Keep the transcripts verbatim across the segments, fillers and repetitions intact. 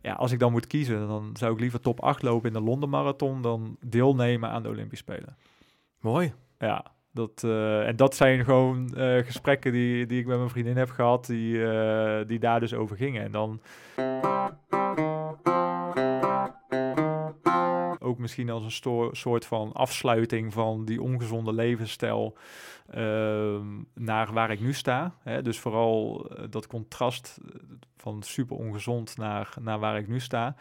ja, als ik dan moet kiezen, dan zou ik liever top acht lopen in de Londen Marathon dan deelnemen aan de Olympische Spelen. Mooi. Ja, dat, uh, en dat zijn gewoon uh, gesprekken die, die ik met mijn vriendin heb gehad, die, uh, die daar dus over gingen. En dan ook misschien als een sto- soort van afsluiting van die ongezonde levensstijl uh, naar waar ik nu sta. Hè? Dus vooral uh, dat contrast van super ongezond naar, naar waar ik nu sta.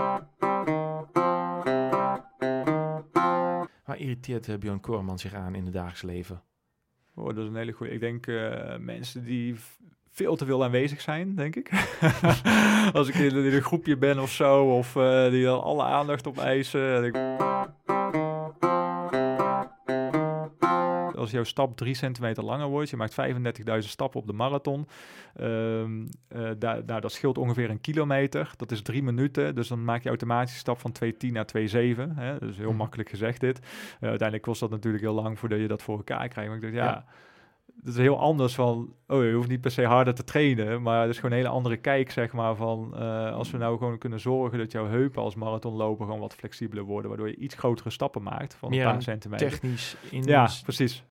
Waar irriteert uh, Björn Koreman zich aan in het dagelijks leven? Oh, dat is een hele goede. Ik denk uh, mensen die v- veel te veel aanwezig zijn, denk ik. Als ik in, in een groepje ben of zo, of uh, die dan alle aandacht opeisen. Ik... Als jouw stap drie centimeter langer wordt, je maakt vijfendertigduizend stappen op de marathon. Um, uh, daar, daar, dat scheelt ongeveer een kilometer. Dat is drie minuten, dus dan maak je automatisch een stap van twee tien naar twee zeven. Hè? Dat is heel mm. makkelijk gezegd dit. Uh, uiteindelijk kost dat natuurlijk heel lang voordat je dat voor elkaar krijgt. Maar ik dacht, ja... ja. Dat is heel anders van, oh, je hoeft niet per se harder te trainen, maar het is gewoon een hele andere kijk, zeg maar, van uh, als we nou gewoon kunnen zorgen dat jouw heupen als marathonloper gewoon wat flexibeler worden, waardoor je iets grotere stappen maakt van meer een paar centimeter. Technisch in. Ja, precies.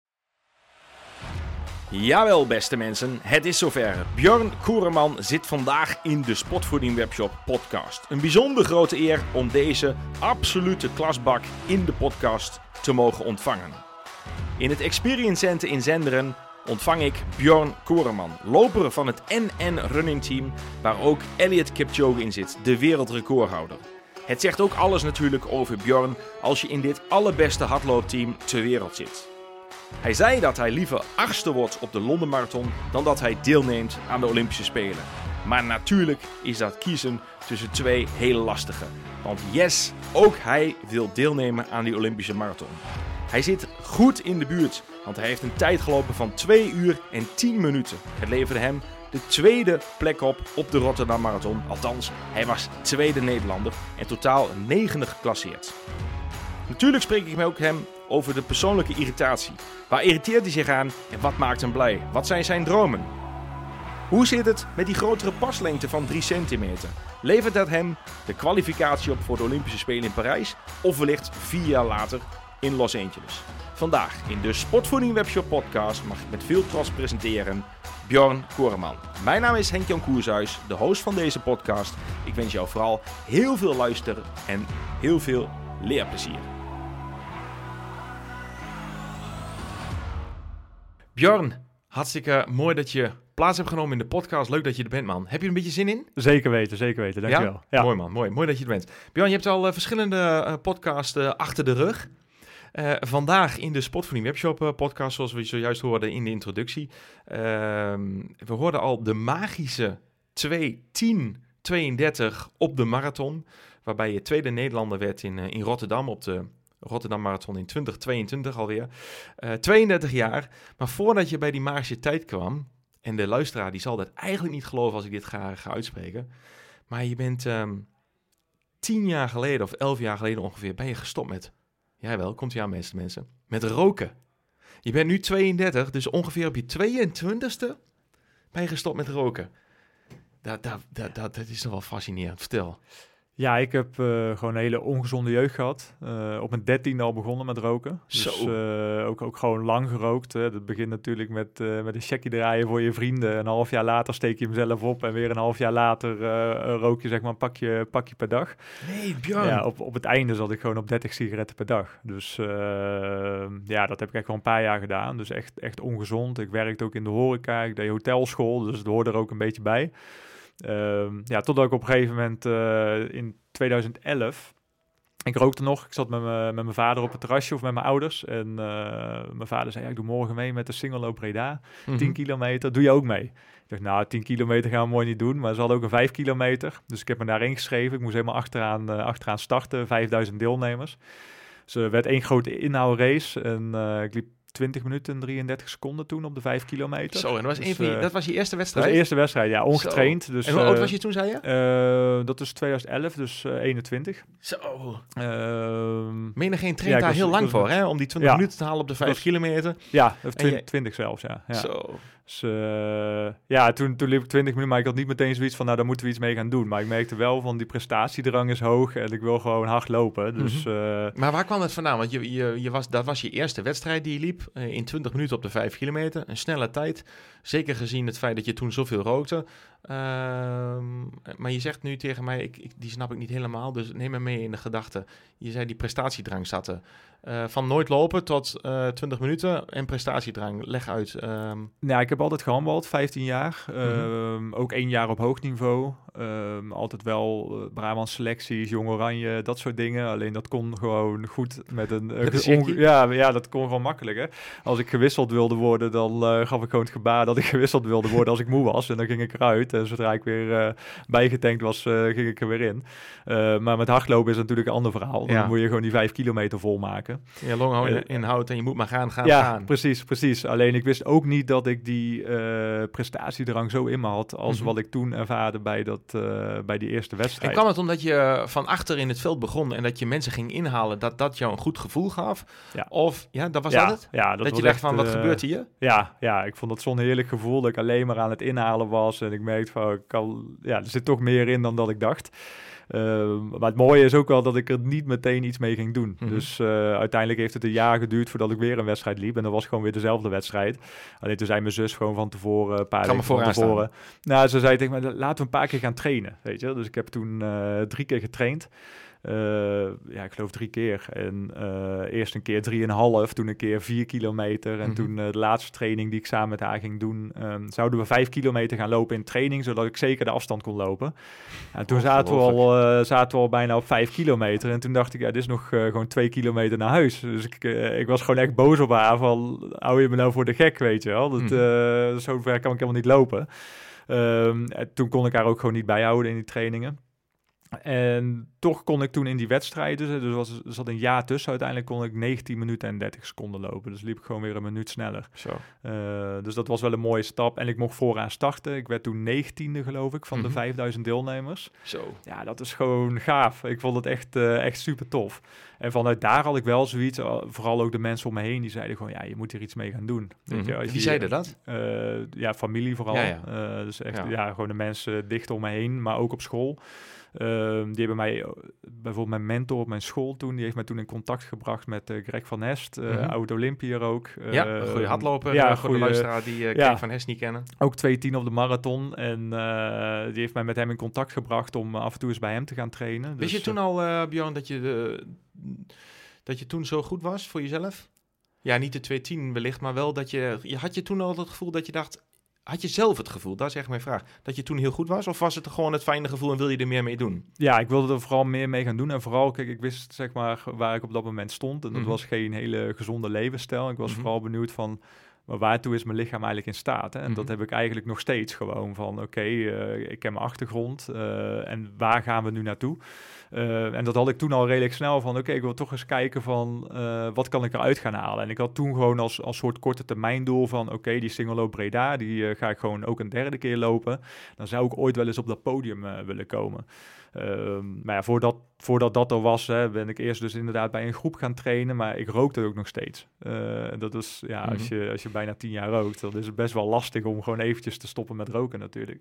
Jawel, beste mensen, het is zover. Björn Koreman zit vandaag in de Sportvoeding Webshop podcast. Een bijzonder grote eer om deze absolute klasbak in de podcast te mogen ontvangen. In het Experience Center in Zenderen ontvang ik Björn Koreman, loper van het N N Running Team, waar ook Eliud Kipchoge in zit, de wereldrecordhouder. Het zegt ook alles natuurlijk over Björn als je in dit allerbeste hardloopteam ter wereld zit. Hij zei dat hij liever achtste wordt op de Londen Marathon dan dat hij deelneemt aan de Olympische Spelen. Maar natuurlijk is dat kiezen tussen twee hele lastige. Want yes, ook hij wil deelnemen aan die Olympische Marathon. Hij zit goed in de buurt, want hij heeft een tijd gelopen van twee uur en tien minuten. Het leverde hem de tweede plek op op de Rotterdam Marathon. Althans, hij was tweede Nederlander en totaal negende geclasseerd. Natuurlijk spreek ik met ook hem over de persoonlijke irritatie. Waar irriteert hij zich aan en wat maakt hem blij? Wat zijn zijn dromen? Hoe zit het met die grotere paslengte van drie centimeter? Levert dat hem de kwalificatie op voor de Olympische Spelen in Parijs? Of wellicht vier jaar later in Los Angeles? Vandaag in de Sportvoeding Webshop podcast mag ik met veel trots presenteren Björn Koreman. Mijn naam is Henk-Jan Koershuis, de host van deze podcast. Ik wens jou vooral heel veel luister en heel veel leerplezier. Björn, hartstikke mooi dat je plaats hebt genomen in de podcast. Leuk dat je er bent, man. Heb je er een beetje zin in? Zeker weten, zeker weten. Dankjewel. Ja? Ja? Mooi, man. Mooi. Mooi dat je er bent. Björn, je hebt al uh, verschillende uh, podcasts uh, achter de rug. Uh, vandaag in de Sportvoeding Webshop uh, podcast, zoals we zojuist hoorden in de introductie. Uh, we hoorden al de magische twee tien tweeëndertig op de marathon. Waarbij je tweede Nederlander werd in, uh, in Rotterdam op de Rotterdam Marathon in twintig tweeëntwintig alweer. Uh, tweeëndertig jaar. Maar voordat je bij die magische tijd kwam, en de luisteraar die zal dat eigenlijk niet geloven als ik dit ga, ga uitspreken. Maar je bent um, tien jaar geleden of elf jaar geleden ongeveer ben je gestopt met, jawel, komt ie aan beste mensen, met roken. Je bent nu tweeëndertig, dus ongeveer op je tweeëntwintigste ben je gestopt met roken. Dat, dat, dat, dat, dat is toch wel fascinerend. Vertel. Ja, ik heb uh, gewoon een hele ongezonde jeugd gehad. Uh, op mijn dertiende al begonnen met roken. Dus uh, ook, ook gewoon lang gerookt. Hè. Dat begint natuurlijk met, uh, met een checkje draaien voor je vrienden. Een half jaar later steek je hem zelf op. En weer een half jaar later uh, rook je zeg maar een pakje, pakje per dag. Nee, Björn. Ja, op, op het einde zat ik gewoon op dertig sigaretten per dag. Dus uh, ja, dat heb ik echt wel een paar jaar gedaan. Dus echt, echt ongezond. Ik werkte ook in de horeca. Ik deed hotelschool. Dus het hoorde er ook een beetje bij. Um, ja, totdat ik op een gegeven moment uh, in tweeduizend elf, ik rookte nog, ik zat met, me, met mijn vader op het terrasje of met mijn ouders en uh, mijn vader zei, ja, ik doe morgen mee met de Single Breda, mm-hmm. tien kilometer, doe je ook mee? Ik dacht, nou, tien kilometer gaan we mooi niet doen, maar ze hadden ook een vijf kilometer, dus ik heb me daar ingeschreven, ik moest helemaal achteraan, uh, achteraan starten, vijfduizend deelnemers. Dus er werd één grote inhoudrace en uh, ik liep twintig minuten en drieëndertig seconden toen op de vijf kilometer. Zo, en dat was, dus, je, uh, dat was je eerste wedstrijd? Dat was de eerste wedstrijd, ja, ongetraind. Dus, en hoe uh, oud was je toen, zei je? Uh, dat is tweeduizend elf, dus uh, eenentwintig. Zo. Uh, Meen er geen traint ja, daar was, heel lang was, voor, hè? Om die twintig ja, minuten te halen op de vijf was, kilometer. Ja, of twintig, je... twintig zelfs, ja. ja. Zo. Dus uh, ja, toen, toen liep ik twintig minuten, maar ik had niet meteen zoiets van, nou, daar moeten we iets mee gaan doen. Maar ik merkte wel van, die prestatiedrang is hoog en ik wil gewoon hard lopen. Dus, mm-hmm. uh, maar waar kwam het vandaan? Want je, je, je was, dat was je eerste wedstrijd die je liep, uh, in twintig minuten op de vijf kilometer. Een snelle tijd, zeker gezien het feit dat je toen zoveel rookte. Uh, maar je zegt nu tegen mij, ik, ik, die snap ik niet helemaal, dus neem me mee in de gedachte. Je zei die prestatiedrang zat er. Uh, van nooit lopen tot uh, twintig minuten en prestatiedrang. Leg uit. Um... Ja, ik heb altijd gehandbald, vijftien jaar. Mm-hmm. Um, ook één jaar op hoog niveau. Um, altijd wel uh, Brabant selecties, Jong Oranje, dat soort dingen. Alleen dat kon gewoon goed met een... Uh, onge- ja, ja, dat kon gewoon makkelijk. Hè? Als ik gewisseld wilde worden, dan uh, gaf ik gewoon het gebaar dat ik gewisseld wilde worden als ik moe was. En dan ging ik eruit. En zodra ik weer uh, bijgetankt was, uh, ging ik er weer in. Uh, maar met hardlopen is natuurlijk een ander verhaal. Dan ja. moet je gewoon die vijf kilometer volmaken. Ja, long uh, inhoud en je moet maar gaan, gaan, ja, gaan. precies, precies. Alleen ik wist ook niet dat ik die uh, prestatiedrang zo in me had als mm-hmm. wat ik toen ervaarde bij, dat, uh, bij die eerste wedstrijd. En kwam het omdat je van achter in het veld begon en dat je mensen ging inhalen, dat dat jou een goed gevoel gaf? Ja. Of, ja, dat was ja, dat het? Ja, dat, dat was je dacht echt, van, wat uh, gebeurt hier? Ja, ja, ik vond het zo'n heerlijk gevoel dat ik alleen maar aan het inhalen was en ik merkte van, ik kan, ja, er zit toch meer in dan dat ik dacht. Uh, maar het mooie is ook wel dat ik er niet meteen iets mee ging doen. Mm-hmm. Dus uh, uiteindelijk heeft het een jaar geduurd voordat ik weer een wedstrijd liep. En dat was gewoon weer dezelfde wedstrijd. Alleen toen zei mijn zus gewoon van tevoren, een paar weken van tevoren. Nou, ze zei tegen mij, laten we een paar keer gaan trainen. Weet je? Dus ik heb toen uh, drie keer getraind. Uh, ja, ik geloof drie keer. En uh, eerst een keer drieënhalf, toen een keer vier kilometer. En mm-hmm. toen uh, de laatste training die ik samen met haar ging doen, um, zouden we vijf kilometer gaan lopen in training, zodat ik zeker de afstand kon lopen. En toen zaten we, al, uh, zaten we al bijna op vijf kilometer. En toen dacht ik, ja, dit is nog uh, gewoon twee kilometer naar huis. Dus ik, uh, ik was gewoon echt boos op haar van, hou je me nou voor de gek, weet je wel. Dat, mm-hmm. uh, zo ver kan ik helemaal niet lopen. Um, toen kon ik haar ook gewoon niet bijhouden in die trainingen. En toch kon ik toen in die wedstrijden, dus er, was, er zat een jaar tussen, uiteindelijk kon ik negentien minuten en dertig seconden lopen. Dus liep ik gewoon weer een minuut sneller. Zo. Uh, dus dat was wel een mooie stap. En ik mocht vooraan starten. Ik werd toen negentiende, geloof ik, van mm-hmm. de vijfduizend deelnemers. Zo. Ja, dat is gewoon gaaf. Ik vond het echt, uh, echt super tof. En vanuit daar had ik wel zoiets, uh, vooral ook de mensen om me heen, die zeiden gewoon, ja, je moet hier iets mee gaan doen. Mm-hmm. Weet je, Wie zeiden dat? Uh, ja, familie vooral. Ja, ja. Uh, dus echt, ja. ja, gewoon de mensen dicht om me heen, maar ook op school. Uh, die hebben mij, bijvoorbeeld mijn mentor op mijn school toen, die heeft mij toen in contact gebracht met uh, Greg van Hest, uh, mm-hmm. oud-Olympiër ook. Uh, ja, een goede hardloper, ja, uh, voor goeie, de luisteraar die uh, ja, Greg van Hest niet kennen. Ook twee tien op de marathon en uh, die heeft mij met hem in contact gebracht om af en toe eens bij hem te gaan trainen. Wist dus, je toen al, uh, Björn, dat je, uh, dat je toen zo goed was voor jezelf? Ja, niet de twee tien wellicht, maar wel dat je, je... Had je toen al het gevoel dat je dacht... Had je zelf het gevoel, dat is echt mijn vraag, dat je toen heel goed was? Of was het gewoon het fijne gevoel en wil je er meer mee doen? Ja, ik wilde er vooral meer mee gaan doen. En vooral, kijk, ik wist zeg maar waar ik op dat moment stond. En dat mm-hmm. was geen hele gezonde levensstijl. Ik was mm-hmm. vooral benieuwd van, maar waartoe is mijn lichaam eigenlijk in staat? Hè? En mm-hmm. dat heb ik eigenlijk nog steeds gewoon van, oké, okay, uh, ik ken mijn achtergrond. Uh, en waar gaan we nu naartoe? Uh, en dat had ik toen al redelijk snel van, oké, okay, ik wil toch eens kijken van, uh, wat kan ik eruit gaan halen? En ik had toen gewoon als, als soort korte termijn doel van, oké, okay, die single loop Breda, die uh, ga ik gewoon ook een derde keer lopen. Dan zou ik ooit wel eens op dat podium uh, willen komen. Uh, maar ja, voordat, voordat dat er was, hè, ben ik eerst dus inderdaad bij een groep gaan trainen, maar ik rookte ook nog steeds. Uh, dat is, ja, mm-hmm. als je, als je bijna tien jaar rookt, dan is het best wel lastig om gewoon eventjes te stoppen met roken natuurlijk.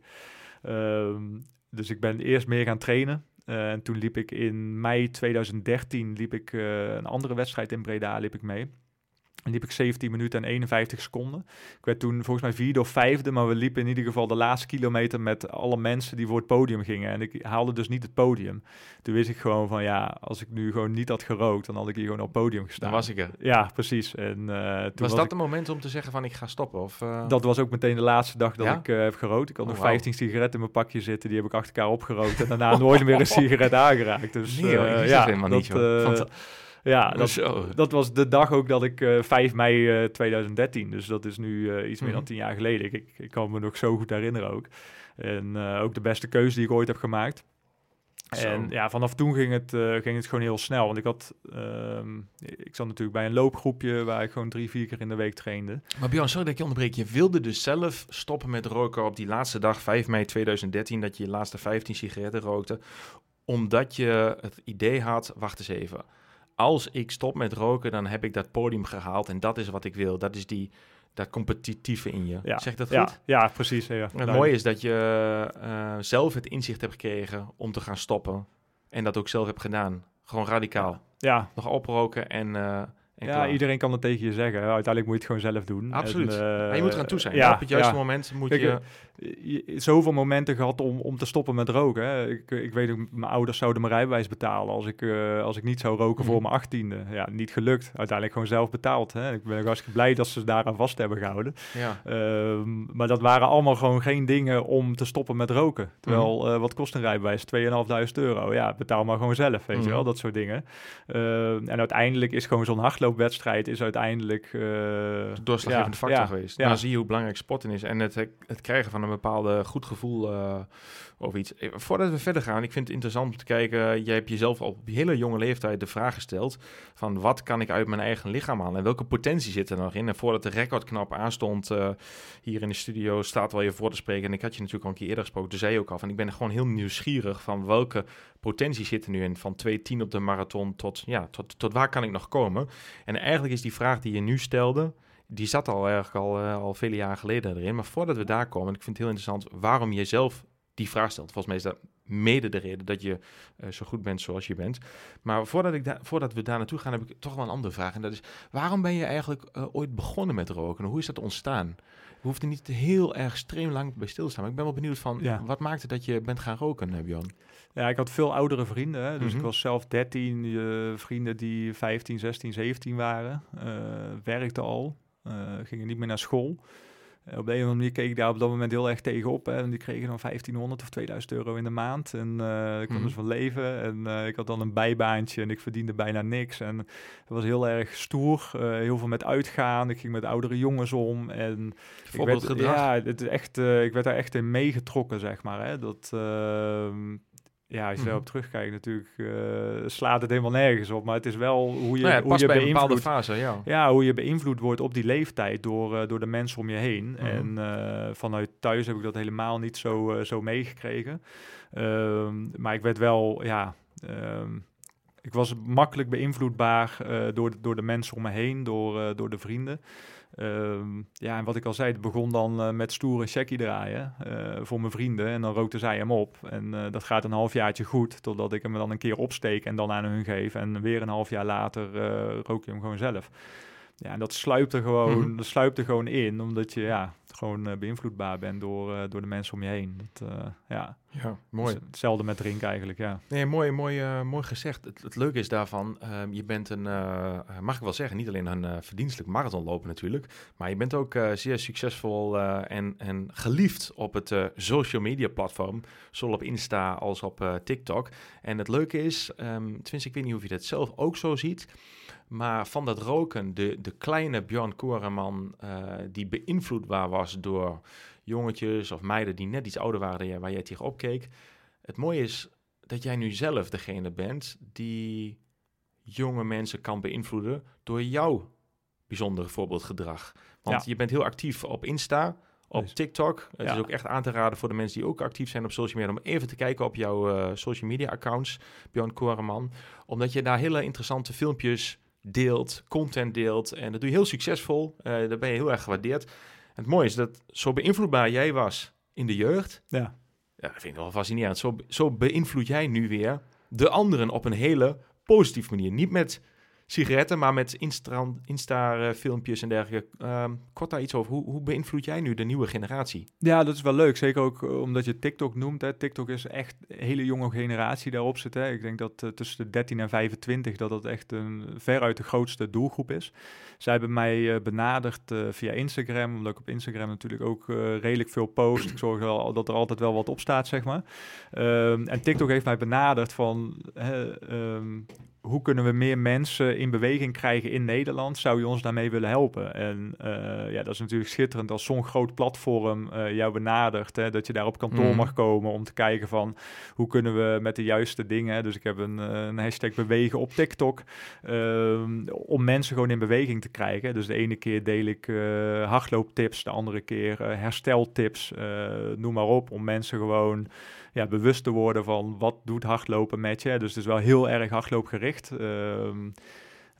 Uh, dus ik ben eerst meer gaan trainen. Uh, en toen liep ik in mei tweeduizend dertien liep ik uh, een andere wedstrijd in Breda liep ik mee. En liep ik zeventien minuten en eenenvijftig seconden. Ik werd toen volgens mij vierde of vijfde, maar we liepen in ieder geval de laatste kilometer met alle mensen die voor het podium gingen. En ik haalde dus niet het podium. Toen wist ik gewoon van ja, als ik nu gewoon niet had gerookt, dan had ik hier gewoon op het podium gestaan. Dan was ik er. Ja, precies. En, uh, toen was, was dat ik... een moment om te zeggen van ik ga stoppen? Of, uh... Dat was ook meteen de laatste dag dat ja? ik uh, heb gerookt. Ik had oh, nog wow. vijftien sigaretten in mijn pakje zitten. Die heb ik achter elkaar opgerookt. En daarna nooit meer een sigaret aangeraakt. Dus nee, hoor, uh, ja, helemaal dat, niet, joh. Uh, Ja, dat, dat was de dag ook dat ik uh, vijf mei uh, tweeduizend dertien, dus dat is nu uh, iets meer dan tien jaar geleden. Ik, ik, ik kan me nog zo goed herinneren ook. En uh, ook de beste keuze die ik ooit heb gemaakt. Zo. En ja, vanaf toen ging het, uh, ging het gewoon heel snel. Want ik had, um, ik zat natuurlijk bij een loopgroepje waar ik gewoon drie, vier keer in de week trainde. Maar Björn, sorry dat ik je onderbreek. Je wilde dus zelf stoppen met roken op die laatste dag, vijf mei tweeduizend dertien, dat je je laatste vijftien sigaretten rookte. Omdat je het idee had, wacht eens even. Als ik stop met roken, dan heb ik dat podium gehaald en dat is wat ik wil. Dat is die, dat competitieve in je. Ja. Zeg ik dat ja, goed? Ja, precies. Ja, ja. Het mooie is dat je uh, zelf het inzicht hebt gekregen om te gaan stoppen. En dat ook zelf hebt gedaan. Gewoon radicaal. Ja. Nog oproken en... Uh, En ja, klaar. Iedereen kan dat tegen je zeggen. Uiteindelijk moet je het gewoon zelf doen. Absoluut. En, uh, maar je moet eraan toe zijn. Ja, op het juiste ja. moment moet Kijk, je... je... Zoveel momenten gehad om, om te stoppen met roken. Hè. Ik, ik weet ook, mijn ouders zouden mijn rijbewijs betalen als ik, uh, als ik niet zou roken mm. voor mijn achttiende. Ja, niet gelukt. Uiteindelijk gewoon zelf betaald. Hè. Ik ben hartstikke blij dat ze daaraan vast hebben gehouden. Ja. Uh, maar dat waren allemaal gewoon geen dingen om te stoppen met roken. Terwijl, mm. uh, wat kost een rijbewijs? tweeënhalfduizend euro. Ja, betaal maar gewoon zelf, weet mm. je wel. Dat soort dingen. Uh, en uiteindelijk is gewoon zo'n hardloopwedstrijd is uiteindelijk... Uh, de doorslaggevende ja, factor ja, geweest. Ja. Dan zie je hoe belangrijk sporten is. En het, het krijgen van een bepaalde goed gevoel uh, over iets. Voordat we verder gaan, ik vind het interessant om te kijken... Jij hebt jezelf al op hele jonge leeftijd de vraag gesteld... van wat kan ik uit mijn eigen lichaam halen? En welke potentie zit er nog in? En voordat de recordknop aanstond uh, hier in de studio... staat wel je voor te spreken. En ik had je natuurlijk al een keer eerder gesproken. Toen zei je ook al van... ik ben gewoon heel nieuwsgierig van welke potentie zit er nu in. Van twee tien op de marathon tot, ja, tot, tot waar kan ik nog komen? En eigenlijk is die vraag die je nu stelde... die zat al eigenlijk al, uh, al vele jaren geleden erin. Maar voordat we daar komen, ik vind het heel interessant... waarom je zelf die vraag stelt. Volgens mij is dat mede de reden dat je uh, zo goed bent zoals je bent. Maar voordat, ik da- voordat we daar naartoe gaan, heb ik toch wel een andere vraag. En dat is, waarom ben je eigenlijk uh, ooit begonnen met roken? Hoe is dat ontstaan? Je hoeft er niet heel erg extreem lang bij stil te staan. Maar ik ben wel benieuwd van, ja. wat maakte dat je bent gaan roken, uh, Bjorn? Ja, ik had veel oudere vrienden. Hè? Dus mm-hmm. ik was zelf dertien, uh, vrienden die vijftien, zestien, zeventien waren. Uh, werkten al, uh, gingen niet meer naar school. Op de een of andere manier keek ik daar op dat moment heel erg tegenop. Hè. En die kregen dan vijftienhonderd of tweeduizend euro in de maand. En uh, ik kon mm. dus van leven. En uh, ik had dan een bijbaantje en ik verdiende bijna niks. En het was heel erg stoer. Uh, heel veel met uitgaan. Ik ging met oudere jongens om. En ik werd, ja, het is echt, uh, ik werd daar echt in meegetrokken, zeg maar. Hè. Dat... Uh, Ja, als je daarop mm-hmm. terugkijkt, natuurlijk uh, slaat het helemaal nergens op. Maar het is wel hoe je, nou ja, hoe je bij beïnvloed, een bepaalde fase, ja. Ja, hoe je beïnvloed wordt op die leeftijd door, uh, door de mensen om je heen. Mm-hmm. En uh, vanuit thuis heb ik dat helemaal niet zo, uh, zo meegekregen. Uh, maar ik werd wel, ja... Uh, ik was makkelijk beïnvloedbaar uh, door, de, door de mensen om me heen, door, uh, door de vrienden. Uh, ja, en wat ik al zei, het begon dan uh, met stoere checkie draaien uh, voor mijn vrienden. En dan rookten zij hem op. En uh, dat gaat een halfjaartje goed, totdat ik hem dan een keer opsteek en dan aan hun geef. En weer een half jaar later uh, rook je hem gewoon zelf. Ja, en dat sluipt er gewoon, mm-hmm. dat sluipt er gewoon in, omdat je ja, gewoon uh, beïnvloedbaar bent door, uh, door de mensen om je heen. Dat, uh, ja. ja, mooi. Dus hetzelfde met drinken eigenlijk, ja. Nee, mooi, mooi, uh, mooi gezegd. Het, het leuke is daarvan, uh, je bent een, uh, mag ik wel zeggen, niet alleen een uh, verdienstelijk marathonloper natuurlijk, maar je bent ook uh, zeer succesvol uh, en, en geliefd op het uh, social media platform, zowel op Insta als op uh, TikTok. En het leuke is, um, tenminste ik weet niet of je dat zelf ook zo ziet, maar van dat roken, de, de kleine Bjorn Koreman, uh, die beïnvloedbaar was door jongetjes of meiden die net iets ouder waren dan jij, waar jij tegenop keek. Het mooie is dat jij nu zelf degene bent die jonge mensen kan beïnvloeden door jouw bijzondere voorbeeldgedrag. Want ja. je bent heel actief op Insta, op TikTok. Het ja. is ook echt aan te raden voor de mensen die ook actief zijn op social media, om even te kijken op jouw uh, social media accounts, Bjorn Koreman, omdat je daar hele interessante filmpjes deelt, content deelt. En dat doe je heel succesvol. Uh, daar ben je heel erg gewaardeerd. En het mooie is dat zo beïnvloedbaar jij was in de jeugd. Ja. Ja, dat vind ik wel fascinerend. Zo, zo beïnvloed jij nu weer de anderen op een hele positieve manier. Niet met sigaretten, maar met Insta, Insta-filmpjes en dergelijke. Um, kort daar iets over. Hoe, hoe beïnvloed jij nu de nieuwe generatie? Ja, dat is wel leuk. Zeker ook omdat je TikTok noemt. Hè. TikTok is echt een hele jonge generatie daarop zit. Hè. Ik denk dat uh, tussen de dertien en vijfentwintig dat dat echt een veruit de grootste doelgroep is. Zij hebben mij uh, benaderd uh, via Instagram, omdat ik op Instagram natuurlijk ook uh, redelijk veel post. Ik zorg wel dat er altijd wel wat op staat, zeg maar. Um, en TikTok heeft mij benaderd van... Uh, um, hoe kunnen we meer mensen in beweging krijgen in Nederland? Zou je ons daarmee willen helpen? En uh, ja, dat is natuurlijk schitterend als zo'n groot platform uh, jou benadert. Hè, dat je daar op kantoor mm. mag komen om te kijken van hoe kunnen we met de juiste dingen. Dus ik heb een, een hashtag bewegen op TikTok. Uh, om mensen gewoon in beweging te krijgen. Dus de ene keer deel ik uh, hardlooptips, de andere keer uh, hersteltips. Uh, noem maar op, om mensen gewoon... Ja, bewust te worden van wat doet hardlopen met je. Dus het is wel heel erg hardloopgericht. Um,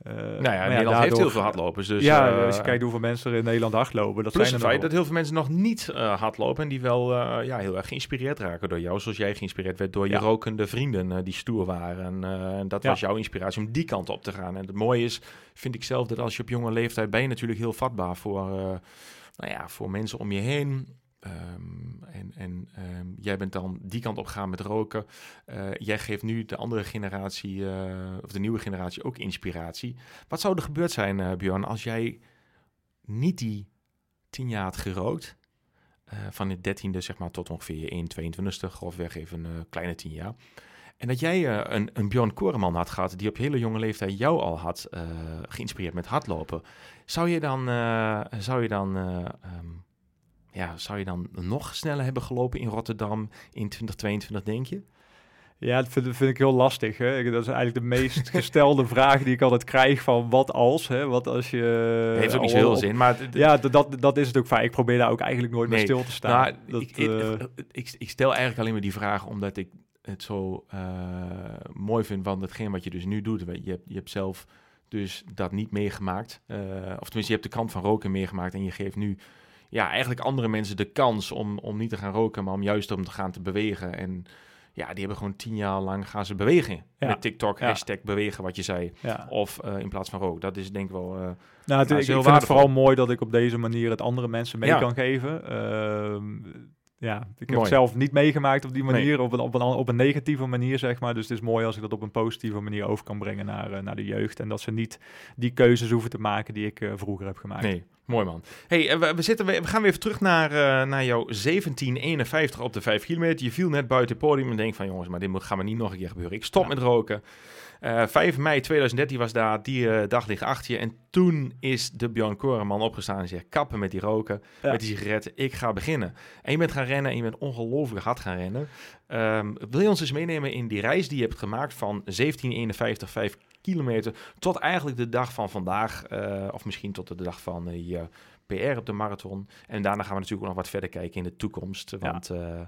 nou ja, ja, Nederland daardoor, heeft heel veel hardlopers. Dus, ja, uh, als je kijkt hoeveel mensen er in Nederland hardlopen, dat plus zijn het er feit wel. dat heel veel mensen nog niet uh, hardlopen en die wel uh, ja, heel erg geïnspireerd raken door jou. Zoals jij geïnspireerd werd door je ja. rokende vrienden uh, die stoer waren. En uh, dat ja. was jouw inspiratie om die kant op te gaan. En het mooie is, vind ik zelf, dat als je op jonge leeftijd ben je natuurlijk heel vatbaar voor, uh, nou ja, voor mensen om je heen. Um, en en um, jij bent dan die kant op gegaan met roken. Uh, jij geeft nu de andere generatie, uh, of de nieuwe generatie, ook inspiratie. Wat zou er gebeurd zijn, uh, Björn, als jij niet die tien jaar had gerookt? Uh, van het dertiende zeg maar tot ongeveer je eenentwintigste, tweeëntwintigste, grofweg even een uh, kleine tien jaar. En dat jij uh, een, een Björn Koreman had gehad die op hele jonge leeftijd jou al had uh, geïnspireerd met hardlopen. Zou je dan, uh, zou je dan uh, um, ja, zou je dan nog sneller hebben gelopen in Rotterdam in twintig tweeëntwintig, denk je? Ja, dat vind, vind ik heel lastig. Hè? Dat is eigenlijk de meest gestelde vraag die ik altijd krijg van wat als, hè? Wat als je... Heeft ook niet zo heel zin, maar... D- d- ja, d- dat, dat is het ook vaak. Ik probeer daar ook eigenlijk nooit nee, meer stil te staan. Nou, dat, ik, uh... ik, ik, ik stel eigenlijk alleen maar die vraag omdat ik het zo uh, mooi vind van hetgeen wat je dus nu doet. Je hebt, je hebt zelf dus dat niet meegemaakt. Uh, of tenminste, je hebt de kant van roken meegemaakt en je geeft nu... ja, eigenlijk andere mensen de kans om, om niet te gaan roken, maar om juist om te gaan te bewegen. En ja, die hebben gewoon tien jaar lang gaan ze bewegen. Ja. Met TikTok, ja. hashtag bewegen, wat je zei. Ja. Of uh, in plaats van roken. Dat is denk ik wel... Uh, nou, het, ik, ik vind het vooral mooi dat ik op deze manier het andere mensen mee ja. kan geven. Uh, ja, ik heb mooi. het zelf niet meegemaakt op die manier, nee. op, een, op, een, op een negatieve manier, zeg maar. Dus het is mooi als ik dat op een positieve manier over kan brengen naar, uh, naar de jeugd. En dat ze niet die keuzes hoeven te maken die ik uh, vroeger heb gemaakt. Nee. Mooi man. Hey, we, we, zitten, we gaan weer even terug naar, uh, naar jouw zeventien eenenvijftig op de vijf kilometer. Je viel net buiten het podium en denkt van jongens, maar dit gaat me niet nog een keer gebeuren. Ik stop ja. met roken. Uh, vijf mei tweeduizend dertien was daar, die uh, dag ligt achter je. En toen is de Björn Koreman opgestaan en zegt kappen met die roken, ja. met die sigaretten. Ik ga beginnen. En je bent gaan rennen en je bent ongelooflijk hard gaan rennen. Um, wil je ons eens meenemen in die reis die je hebt gemaakt van zeventien eenenvijftig, vijf kilometer, tot eigenlijk de dag van vandaag, uh, of misschien tot de dag van uh, je P R op de marathon. En daarna gaan we natuurlijk ook nog wat verder kijken in de toekomst. Want, ja. uh,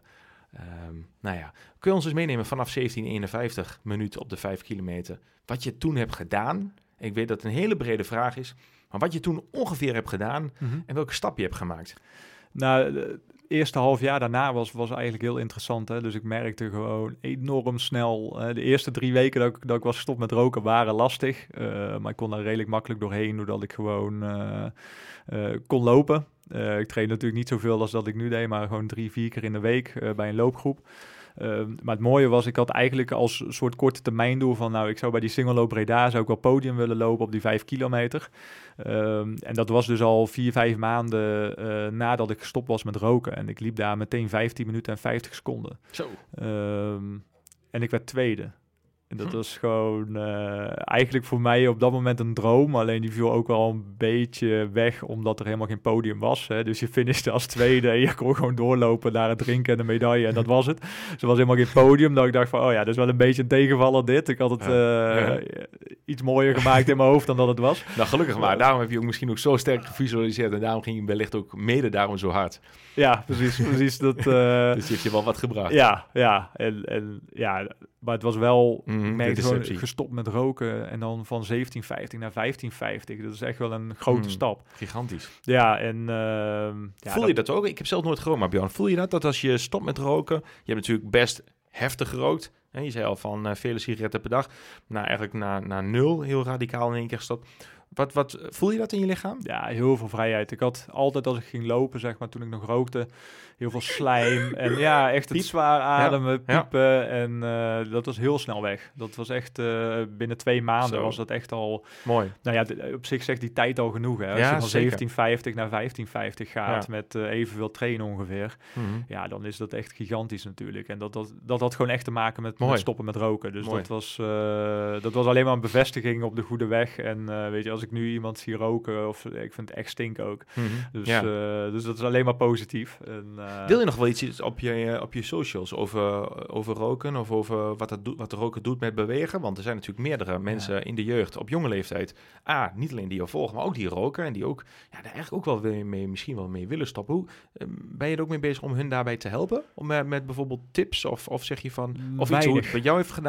um, nou ja, kun je ons eens meenemen vanaf zeventien eenenvijftig minuten op de vijf kilometer, wat je toen hebt gedaan? Ik weet dat het een hele brede vraag is, maar wat je toen ongeveer hebt gedaan mm-hmm. en welke stap je hebt gemaakt? Nou, de eerste half jaar daarna was, was eigenlijk heel interessant. Hè? Dus ik merkte gewoon enorm snel. Uh, de eerste drie weken dat ik, dat ik was gestopt met roken waren lastig. Uh, maar ik kon daar redelijk makkelijk doorheen, doordat ik gewoon uh, uh, kon lopen. Uh, ik train natuurlijk niet zoveel als dat ik nu deed, maar gewoon drie, vier keer in de week uh, bij een loopgroep. Uh, maar het mooie was, ik had eigenlijk als soort korte termijn doel van, nou, ik zou bij die single loop Breda zou ik wel podium willen lopen op die vijf kilometer. Uh, en dat was dus al vier, vijf maanden uh, nadat ik gestopt was met roken. En ik liep daar meteen vijftien minuten en vijftig seconden. Zo. Uh, en ik werd tweede. En dat was gewoon uh, eigenlijk voor mij op dat moment een droom. Alleen die viel ook wel een beetje weg, omdat er helemaal geen podium was. Hè. Dus je finishte als tweede en je kon gewoon doorlopen naar het drinken en de medaille. En dat was het. Dus er was helemaal geen podium. Dat ik dacht van, oh ja, dat is wel een beetje een tegenvaller dit. Ik had het uh, ja. uh, iets mooier gemaakt in mijn hoofd dan dat het was. Nou, gelukkig maar. Daarom heb je ook misschien ook zo sterk gevisualiseerd. En daarom ging je wellicht ook mede daarom zo hard. Ja, precies. precies dat, uh, dus die heeft je wel wat gebracht. Ja, ja. En, en ja... Maar het was wel, mm, ik merkte gewoon gestopt met roken en dan van zeventien vijftig naar vijftien vijftig. Dat is echt wel een grote mm, stap. Gigantisch. Ja, en... Uh, ja, voel je dat, dat ook? Ik heb zelf nooit gerookt, maar Björn, voel je dat? Dat als je stopt met roken, je hebt natuurlijk best heftig gerookt. Hè? Je zei al van uh, vele sigaretten per dag. Nou, eigenlijk naar, naar nul, heel radicaal in één keer gestopt. Wat, wat, voel je dat in je lichaam? Ja, heel veel vrijheid. Ik had altijd als ik ging lopen, zeg maar, toen ik nog rookte, heel veel slijm. En ja, echt het Piep. zwaar ademen, ja. piepen. Ja. En uh, dat was heel snel weg. Dat was echt, uh, binnen twee maanden Zo. was dat echt al... Mooi. Nou ja, d- op zich zegt die tijd al genoeg. Hè? Als ja, je van zeventien vijftig naar vijftien vijftig gaat ja. met uh, evenveel trainen ongeveer. Mm-hmm. Ja, dan is dat echt gigantisch natuurlijk. En dat, dat, dat had gewoon echt te maken met, met stoppen met roken. Dus dat was, uh, dat was alleen maar een bevestiging op de goede weg. En uh, weet je, als ik nu iemand zie roken, of ik vind het echt stink ook. Mm-hmm. Dus, ja. uh, dus dat is alleen maar positief. En, uh, Deel je nog wel iets op je, op je socials over, over roken of over wat, dat do- wat de roken doet met bewegen? Want er zijn natuurlijk meerdere mensen ja. in de jeugd op jonge leeftijd. A, niet alleen die je volgen, maar ook die roken en die ook, ja, daar eigenlijk ook wel mee, misschien wel mee willen stoppen. Hoe, uh, ben je er ook mee bezig om hun daarbij te helpen? Om, uh, met bijvoorbeeld tips of, of zeg je van, of iets hoe het bij jou heeft gedaan?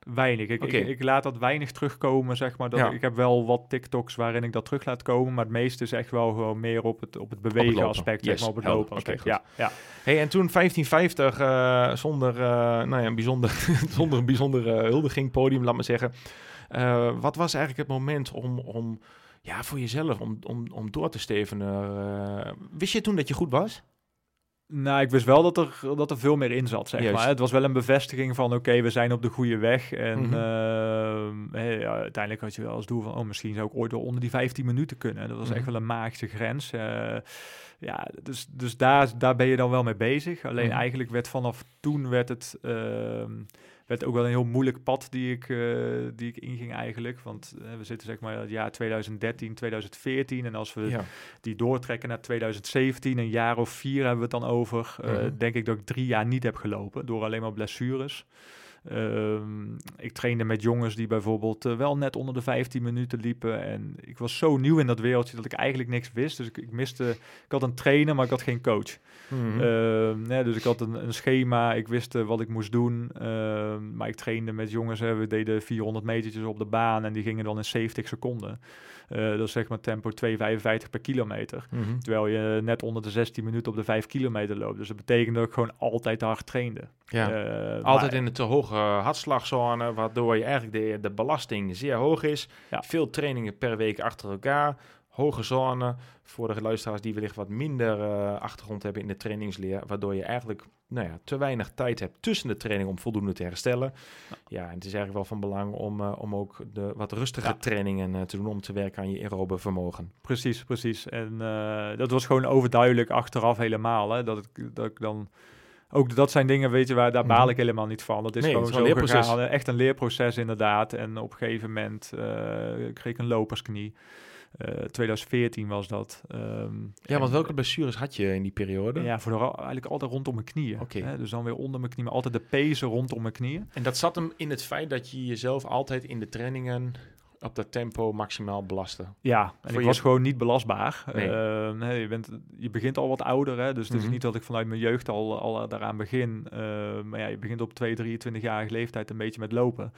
weinig. Ik, Okay. ik, ik laat dat weinig terugkomen, zeg maar. Dat Ja. ik heb wel wat TikToks waarin ik dat terug laat komen, maar het meeste is echt wel gewoon meer op het, op het bewegen lopen. aspect, Yes, zeg maar, op het helder. lopen aspect. Oké, goed. ja, ja. Hey, en toen vijftien vijftig, uh, zonder, uh, nou ja, een bijzonder, zonder een bijzonder uh, huldiging podium, laat maar zeggen. Uh, wat was eigenlijk het moment om, om ja, voor jezelf, om, om, om door te stevenen? Uh, wist je toen dat je goed was? Nou, ik wist wel dat er, dat er veel meer in zat, zeg Juist. maar. Het was wel een bevestiging van, oké, okay, we zijn op de goede weg. En Mm-hmm. uh, hey, ja, uiteindelijk had je wel als doel van, oh, misschien zou ik ooit wel onder die vijftien minuten kunnen. Dat was Mm-hmm. echt wel een magische grens. Uh, ja, dus, dus daar, daar ben je dan wel mee bezig. Alleen Mm-hmm. eigenlijk werd vanaf toen werd het... Uh, werd ook wel een heel moeilijk pad die ik, uh, die ik inging eigenlijk. Want uh, we zitten zeg maar in het jaar twintig dertien, twintig veertien. En als we Ja. die doortrekken naar twintig zeventien, een jaar of vier hebben we het dan over. Uh, Mm-hmm. Denk ik dat ik drie jaar niet heb gelopen door alleen maar blessures. Um, ik trainde met jongens die bijvoorbeeld uh, wel net onder de vijftien minuten liepen. En ik was zo nieuw in dat wereldje dat ik eigenlijk niks wist. Dus ik, ik miste... Ik had een trainer, maar ik had geen coach. Mm-hmm. Uh, nee, dus ik had een, een schema. Ik wist uh, wat ik moest doen. Uh, maar ik trainde met jongens. Hè, we deden vierhonderd metertjes op de baan. En die gingen dan in zeventig seconden. Uh, dat is zeg maar tempo twee komma vijfenvijftig per kilometer. Mm-hmm. Terwijl je net onder de zestien minuten op de vijf kilometer loopt. Dus dat betekent dat ik gewoon altijd hard trainde. Ja. Uh, altijd maar, in de te hoge hartslagzone, waardoor je eigenlijk de, de belasting zeer hoog is. Ja. Veel trainingen per week achter elkaar. Hoge zone, voor de luisteraars die wellicht wat minder uh, achtergrond hebben in de trainingsleer, waardoor je eigenlijk nou ja, te weinig tijd hebt tussen de training om voldoende te herstellen. Ja, ja en het is eigenlijk wel van belang om, uh, om ook de wat rustige ja. trainingen uh, te doen om te werken aan je aerobe vermogen. Precies, precies. En uh, dat was gewoon overduidelijk achteraf helemaal, hè, dat, ik, dat ik dan... Ook dat zijn dingen, weet je, waar daar baal ik helemaal niet van. Dat is nee, gewoon het is zo gegaan. Gegaan, echt een leerproces inderdaad. En op een gegeven moment uh, kreeg ik een lopersknie. Uh, twintig veertien was dat. Um, ja, want welke blessures had je in die periode? Ja, vooral eigenlijk altijd rondom mijn knieën. Okay. Hè? Dus dan weer onder mijn knieën, maar altijd de pezen rondom mijn knieën. En dat zat hem in het feit dat je jezelf altijd in de trainingen op dat tempo maximaal belasten. Ja, en Voor ik je... was gewoon niet belastbaar. Nee. Uh, nee, je, bent, je begint al wat ouder, hè? Dus het mm-hmm. is niet dat ik vanuit mijn jeugd al, al daaraan begin. Uh, maar ja, je begint op twee, drieëntwintigjarige leeftijd een beetje met lopen.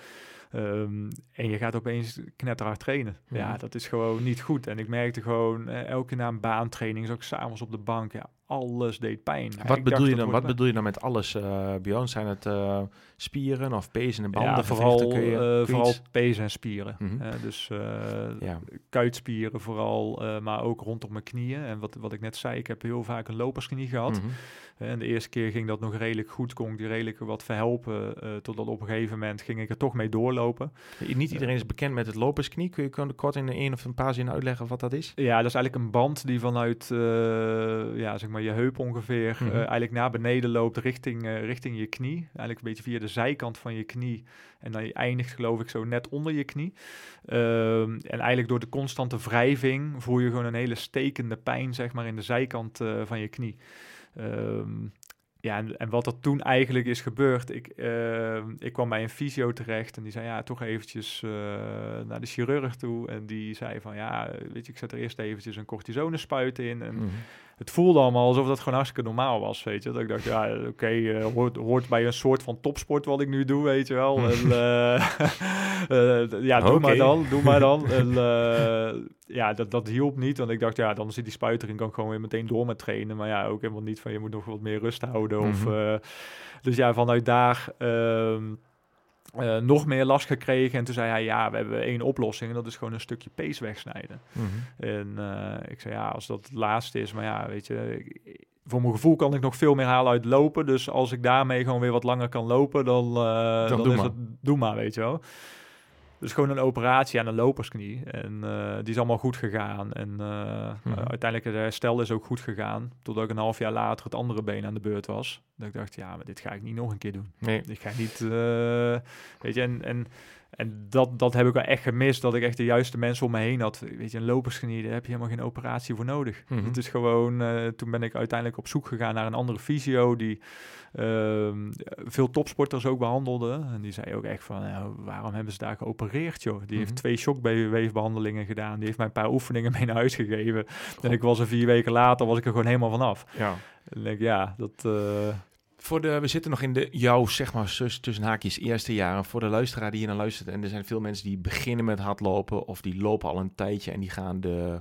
Um, en je gaat opeens knetterhard trainen. Mm-hmm. Ja, dat is gewoon niet goed. En ik merkte gewoon, eh, elke keer na een baantraining, zo ook 's avonds op de bank, ja, alles deed pijn. Wat, bedoel, dacht, je dan, wat bij. bedoel je dan met alles, uh, Björn? Zijn het uh, spieren of pezen en banden? Ja, vooral, kun je, kun uh, je vooral iets... pezen en spieren. Mm-hmm. Uh, dus uh, ja. kuitspieren vooral, uh, maar ook rondom mijn knieën. En wat, wat ik net zei, ik heb heel vaak een lopersknie gehad. Mm-hmm. En de eerste keer ging dat nog redelijk goed, kon ik die redelijk wat verhelpen. Uh, totdat op een gegeven moment ging ik er toch mee doorlopen. Niet iedereen is bekend met het lopersknie. Kun je kort in een of een paar zinnen uitleggen wat dat is? Ja, dat is eigenlijk een band die vanuit uh, ja, zeg maar je heup ongeveer mm-hmm. uh, eigenlijk naar beneden loopt richting, uh, richting je knie. Eigenlijk een beetje via de zijkant van je knie. En dan eindigt geloof ik zo net onder je knie. Uh, en eigenlijk door de constante wrijving voel je gewoon een hele stekende pijn zeg maar in de zijkant uh, van je knie. Um, ja, en, en wat er toen eigenlijk is gebeurd, ik, uh, ik kwam bij een fysio terecht en die zei, ja, toch eventjes uh, naar de chirurg toe. En die zei van, ja, weet je, ik zet er eerst eventjes een cortisonenspuit in. En mm-hmm. het voelde allemaal alsof dat gewoon hartstikke normaal was, weet je. Dat ik dacht, ja, oké, okay, uh, hoort, hoort bij een soort van topsport wat ik nu doe, weet je wel. En, uh, uh, ja, doe okay. maar dan, doe maar dan. En, uh, ja, dat, dat hielp niet, want ik dacht, ja, dan zit die spuit erin, kan ik gewoon weer meteen door met trainen. Maar ja, ook helemaal niet van, je moet nog wat meer rust houden. Mm-hmm. Of, uh, dus ja, vanuit daar uh, uh, nog meer last gekregen. En toen zei hij, ja, we hebben één oplossing en dat is gewoon een stukje pees wegsnijden. Mm-hmm. En uh, ik zei, ja, als dat het laatste is, maar ja, weet je... Ik, voor mijn gevoel kan ik nog veel meer halen uit lopen. Dus als ik daarmee gewoon weer wat langer kan lopen, dan, uh, dan, dan doe is maar. het, doe maar, weet je wel. Dus gewoon een operatie aan een lopersknie. En uh, die is allemaal goed gegaan. En uh, mm-hmm. uh, uiteindelijk het herstel is ook goed gegaan. Totdat ik een half jaar later het andere been aan de beurt was. Dat ik dacht, ja, maar dit ga ik niet nog een keer doen. Nee. Ik ga niet, uh, weet je, en... en En dat, dat heb ik wel echt gemist, dat ik echt de juiste mensen om me heen had. Weet je, een lopersknie, daar heb je helemaal geen operatie voor nodig. Mm-hmm. Het is gewoon, uh, toen ben ik uiteindelijk op zoek gegaan naar een andere fysio die uh, veel topsporters ook behandelde. En die zei ook echt van, nou, waarom hebben ze daar geopereerd, joh? Die mm-hmm. heeft twee shockweefbehandelingen gedaan. Die heeft mij een paar oefeningen mee naar huis gegeven. God. En ik was er vier weken later, was ik er gewoon helemaal vanaf. Ja. En denk ik, ja, dat... Uh, Voor de, we zitten nog in de jouw, zeg maar, zus, tussen haakjes eerste jaren. Voor de luisteraar die hier naar luistert. En er zijn veel mensen die beginnen met hardlopen. Of die lopen al een tijdje en die gaan de,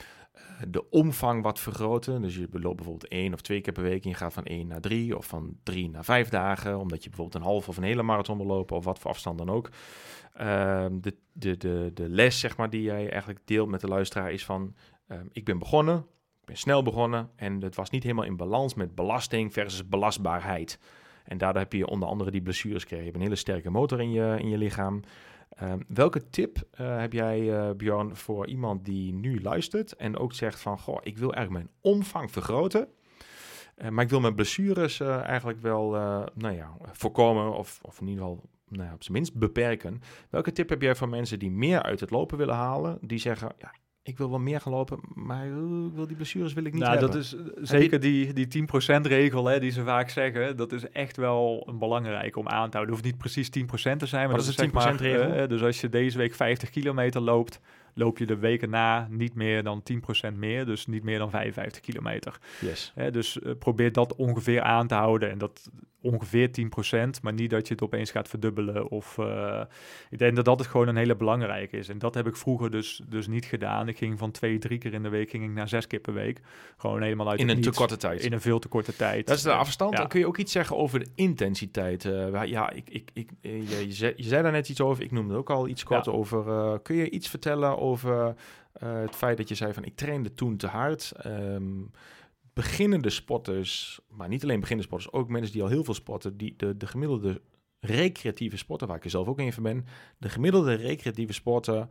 de omvang wat vergroten. Dus je loopt bijvoorbeeld één of twee keer per week. En je gaat van één naar drie of van drie naar vijf dagen. Omdat je bijvoorbeeld een half of een hele marathon wil lopen. Of wat voor afstand dan ook. Uh, de, de, de, de les, zeg maar, die jij eigenlijk deelt met de luisteraar is van... Uh, ik ben begonnen, ik ben snel begonnen en het was niet helemaal in balans met belasting versus belastbaarheid. En daardoor heb je onder andere die blessures gekregen. Je hebt een hele sterke motor in je, in je lichaam. Uh, welke tip uh, heb jij, uh, Björn, voor iemand die nu luistert en ook zegt van, goh, ik wil eigenlijk mijn omvang vergroten, uh, maar ik wil mijn blessures uh, eigenlijk wel uh, nou ja, voorkomen of, of in ieder geval... nou ja, op zijn minst beperken. Welke tip heb jij voor mensen die meer uit het lopen willen halen? Die zeggen, ja, ik wil wel meer gaan lopen, maar ik wil die blessures wil ik niet nou, hebben. Dat is zeker die, die tien procent regel hè, die ze vaak zeggen. Dat is echt wel een belangrijke om aan te houden. Het hoeft niet precies tien procent te zijn. Maar Wat dat is de tien procent regel? Uh, dus als je deze week vijftig kilometer loopt, loop je de weken na niet meer dan tien procent meer. Dus niet meer dan vijfenvijftig kilometer. Yes. Hè, dus uh, probeer dat ongeveer aan te houden. En dat ongeveer tien procent, maar niet dat je het opeens gaat verdubbelen. Of, uh, ik denk dat dat het gewoon een hele belangrijke is. En dat heb ik vroeger dus, dus niet gedaan. Ik ging van twee, drie keer in de week ging ik naar zes keer per week. Gewoon helemaal uit In het een te niets. korte tijd. In een veel te korte tijd. Dat is de afstand. Ja. Dan kun je ook iets zeggen over de intensiteit. Uh, ja, ik, ik, ik, je, je, zei, je zei daar net iets over. Ik noemde ook al iets kort ja. over. Uh, kun je iets vertellen over uh, het feit dat je zei van ik trainde toen te hard. Um, beginnende sporters, maar niet alleen beginnende sporters, ook mensen die al heel veel sporten, die de, de gemiddelde recreatieve sporter, waar ik er zelf ook een van ben, de gemiddelde recreatieve sporter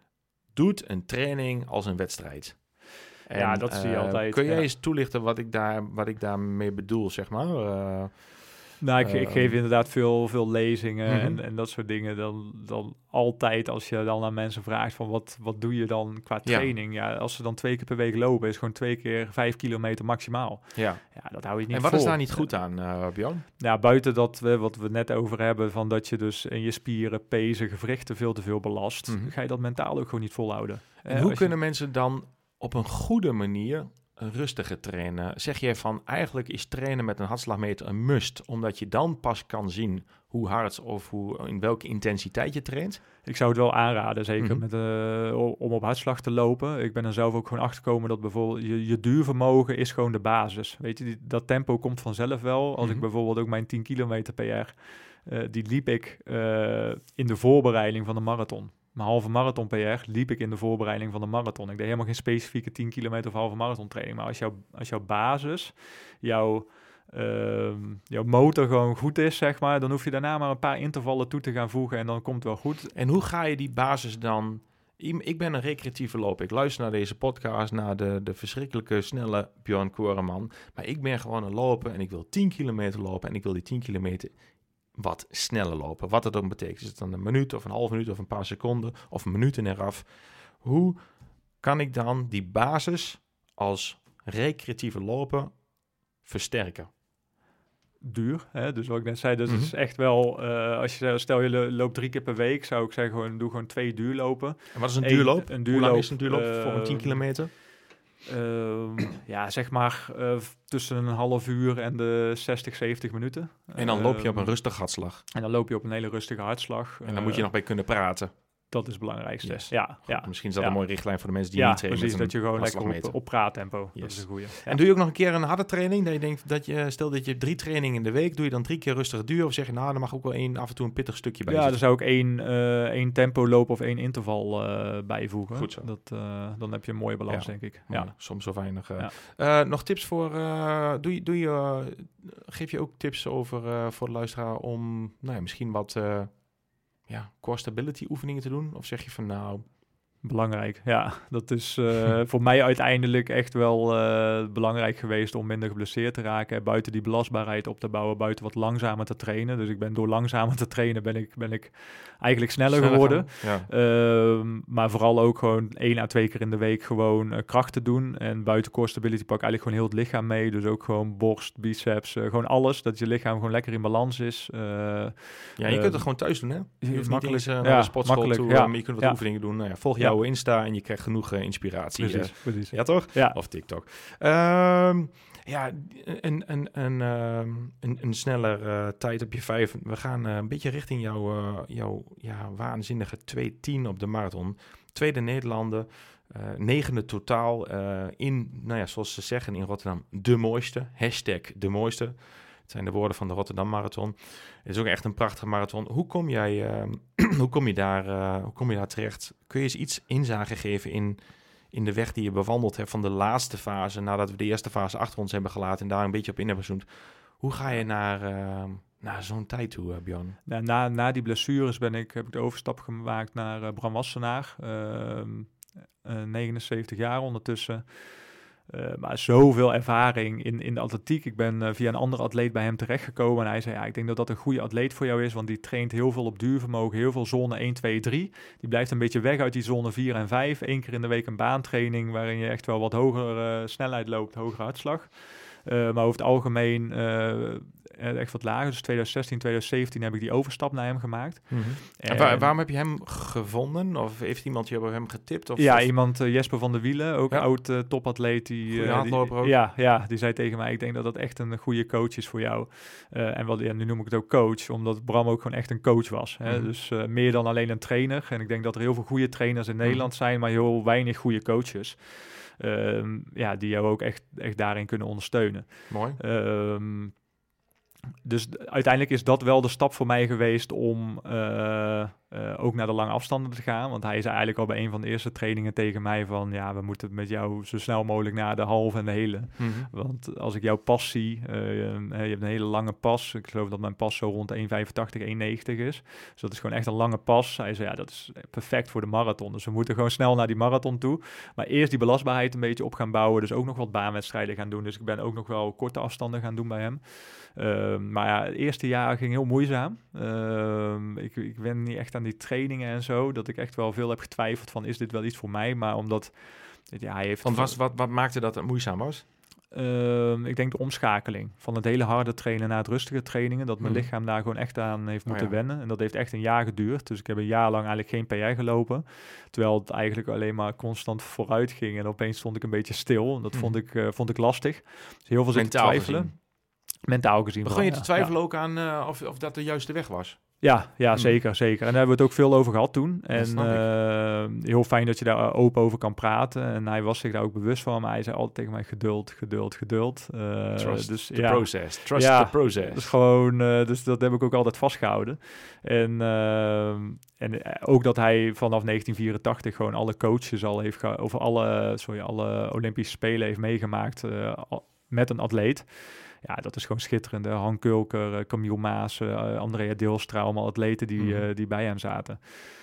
doet een training als een wedstrijd. En, ja, dat zie je uh, altijd. Kun jij ja. eens toelichten wat ik, daar, wat ik daarmee bedoel, zeg maar? Uh, Nou, ik, uh, ik geef inderdaad veel, veel lezingen mm-hmm. en, en dat soort dingen. Dan, dan altijd als je dan aan mensen vraagt van wat, wat doe je dan qua training? Ja. ja, als ze dan twee keer per week lopen, is gewoon twee keer vijf kilometer maximaal. Ja, ja dat hou je niet En wat vol. is daar niet goed aan, uh, Björn? Ja, buiten dat we, wat we net over hebben, van dat je dus in je spieren, pezen, gewrichten veel te veel belast, mm-hmm. ga je dat mentaal ook gewoon niet volhouden. En eh, hoe kunnen je... mensen dan op een goede manier rustiger trainen? Zeg je van eigenlijk is trainen met een hartslagmeter een must, omdat je dan pas kan zien hoe hard of hoe, in welke intensiteit je traint? Ik zou het wel aanraden, zeker Mm-hmm. met, uh, om op hartslag te lopen. Ik ben er zelf ook gewoon achter gekomen dat bijvoorbeeld je, je duurvermogen is gewoon de basis. Weet je, die, dat tempo komt vanzelf wel. Als mm-hmm. ik bijvoorbeeld ook mijn tien kilometer per jaar, uh, die liep ik uh, in de voorbereiding van de marathon. Mijn halve marathon per jaar liep ik in de voorbereiding van de marathon. Ik deed helemaal geen specifieke tien kilometer of halve marathon training. Maar als, jou, als jouw basis, jouw, uh, jouw motor gewoon goed is, zeg maar, dan hoef je daarna maar een paar intervallen toe te gaan voegen en dan komt het wel goed. En hoe ga je die basis dan... Ik ben een recreatieve loper. Ik luister naar deze podcast, naar de, de verschrikkelijke snelle Björn Koreman. Maar ik ben gewoon een loper en ik wil tien kilometer lopen en ik wil die tien kilometer... wat sneller lopen. Wat het dan betekent. Is het dan een minuut of een half minuut of een paar seconden of minuten eraf? Hoe kan ik dan die basis als recreatieve loper versterken? Duur, hè? Dus wat ik net zei, dus mm-hmm. het is echt wel, uh, als je stel je lo- loopt drie keer per week, zou ik zeggen, gewoon, doe gewoon twee duurlopen. En wat is een duurloop? Een, een duurloop Hoe lang is een duurloop uh, voor een tien kilometer? Uh, ja, zeg maar uh, tussen een half uur en de zestig, zeventig minuten. En dan loop je op een rustige hartslag. En dan loop je op een hele rustige hartslag. En dan uh, moet je nog bij kunnen praten. Dat is het belangrijkste. Yes. Ja, Goed, ja. Misschien is dat ja. een mooie richtlijn voor de mensen die ja, niet trainen. Precies, dat je gewoon lekker op, op praattempo. Yes. Dat is een goeie. Ja. En doe je ook nog een keer een harde training? Dat je denkt dat je, stel dat je drie trainingen in de week, doe je dan drie keer rustig duur? Of zeg je, nou, er mag ook wel één, af en toe een pittig stukje bij Ja, zitten? er zou ik één, uh, één tempo lopen of één interval uh, bijvoegen. Goed zo. Dat, uh, dan heb je een mooie balans, ja. denk ik. Ja. Ja. Soms zo weinig. Uh. Ja. Uh, nog tips voor, uh, doe je, doe je, uh, geef je ook tips over uh, voor de luisteraar om, nou ja, misschien wat, uh, ja, core stability oefeningen te doen? Of zeg je van, nou... Belangrijk, ja. Dat is uh, voor mij uiteindelijk echt wel uh, belangrijk geweest om minder geblesseerd te raken. Buiten die belastbaarheid op te bouwen, buiten wat langzamer te trainen. Dus ik ben door langzamer te trainen ben ik, ben ik eigenlijk sneller, sneller geworden. Ja. Uh, maar vooral ook gewoon één à twee keer in de week gewoon uh, kracht te doen. En buiten core stability pak ik eigenlijk gewoon heel het lichaam mee. Dus ook gewoon borst, biceps, uh, gewoon alles. Dat je lichaam gewoon lekker in balans is. Uh, ja, je uh, kunt het gewoon thuis doen, hè? Je hoeft makkelijk, niet eens uh, naar ja, de sportschool toe. Ja, um, je kunt wat ja. oefeningen doen. Nou ja, volg jou Insta en je krijgt genoeg uh, inspiratie. Precies, uh, precies. Ja, toch? Ja. Of TikTok. Um, Ja, een, een, een, uh, een, een sneller uh, tijd op je vijf. We gaan uh, een beetje richting jouw, uh, jouw ja, waanzinnige twee tien op de marathon. Tweede Nederlander, uh, negende totaal uh, in, nou ja, zoals ze zeggen in Rotterdam, de mooiste. Hashtag de mooiste. Het zijn de woorden van de Rotterdam Marathon. Het is ook echt een prachtige marathon. Hoe kom jij, uh, hoe kom je daar, uh, hoe kom je daar terecht? Kun je eens iets inzage geven in... in de weg die je bewandeld hebt van de laatste fase, nadat we de eerste fase achter ons hebben gelaten en daar een beetje op in hebben gezoomd. Hoe ga je naar, uh, naar zo'n tijd toe, uh, Bjorn? Nou, na, na die blessures ben ik, heb ik de overstap gemaakt naar uh, Bram Wassenaar. Uh, uh, negenenzeventig jaar ondertussen. Uh, maar zoveel ervaring in, in de atletiek. Ik ben uh, via een andere atleet bij hem terechtgekomen. En hij zei, ja, ik denk dat dat een goede atleet voor jou is. Want die traint heel veel op duurvermogen. Heel veel zone één, twee, drie. Die blijft een beetje weg uit die zone vier en vijf. Eén keer in de week een baantraining. Waarin je echt wel wat hoger uh, snelheid loopt. Hogere hartslag. Uh, maar over het algemeen uh, echt wat lager. Dus twintig zestien, twintig zeventien heb ik die overstap naar hem gemaakt. Mm-hmm. En, en waar, waarom heb je hem gevonden? Of heeft iemand je op hem getipt? Of, ja, of? iemand, uh, Jesper van der Wielen, ook ja. een oud uh, topatleet. Die, goede uh, handloper die, ook. Ja, ja, die zei tegen mij, ik denk dat dat echt een goede coach is voor jou. Uh, en wat, ja, nu noem ik het ook coach, omdat Bram ook gewoon echt een coach was. Hè? Mm-hmm. Dus uh, meer dan alleen een trainer. En ik denk dat er heel veel goede trainers in Nederland mm-hmm. zijn, maar heel weinig goede coaches. Um, ja, die jou ook echt, echt daarin kunnen ondersteunen. Mooi. Um, dus d- uiteindelijk is dat wel de stap voor mij geweest om uh, uh, ook naar de lange afstanden te gaan. Want hij zei eigenlijk al bij een van de eerste trainingen tegen mij van... ja, we moeten met jou zo snel mogelijk naar de halve en de hele. Mm-hmm. Want als ik jouw pas zie, uh, je, je hebt een hele lange pas. Ik geloof dat mijn pas zo rond één vijfentachtig, één negentig is. Dus dat is gewoon echt een lange pas. Hij zei, ja, dat is perfect voor de marathon. Dus we moeten gewoon snel naar die marathon toe. Maar eerst die belastbaarheid een beetje op gaan bouwen. Dus ook nog wat baanwedstrijden gaan doen. Dus ik ben ook nog wel korte afstanden gaan doen bij hem. Uh, maar ja, het eerste jaar ging heel moeizaam. Uh, ik, ik ben niet echt aan die trainingen en zo, dat ik echt wel veel heb getwijfeld van, is dit wel iets voor mij? Maar omdat, ja, hij heeft... Want was, wat, wat maakte dat het moeizaam was? Uh, ik denk de omschakeling van het hele harde trainen naar het rustige trainingen, dat mijn hmm. lichaam daar gewoon echt aan heeft moeten oh ja. wennen. En dat heeft echt een jaar geduurd. Dus ik heb een jaar lang eigenlijk geen P R gelopen, terwijl het eigenlijk alleen maar constant vooruit ging. En opeens stond ik een beetje stil. En dat hmm. vond, ik, uh, vond ik lastig. Dus heel veel zit te twijfelen. Gezien. Mentaal gezien. Begon je te ja. twijfelen ja. ook aan uh, of, of dat de juiste weg was? Ja, ja hmm. zeker, zeker. En daar hebben we het ook veel over gehad toen. En uh, heel fijn dat je daar open over kan praten. En hij was zich daar ook bewust van. Maar hij zei altijd tegen mij, geduld, geduld, geduld. Uh, Trust dus, the ja. process. Trust ja, the process. Dus gewoon, uh, dus dat heb ik ook altijd vastgehouden. En, uh, en ook dat hij vanaf negentien vierentachtig gewoon alle coaches al heeft ge- over alle, sorry, alle Olympische Spelen heeft meegemaakt uh, met een atleet. Ja, dat is gewoon schitterend. Han Kulker, uh, Camille Maas, uh, Andrea Deelstra, allemaal atleten die, mm. uh, die bij hem zaten.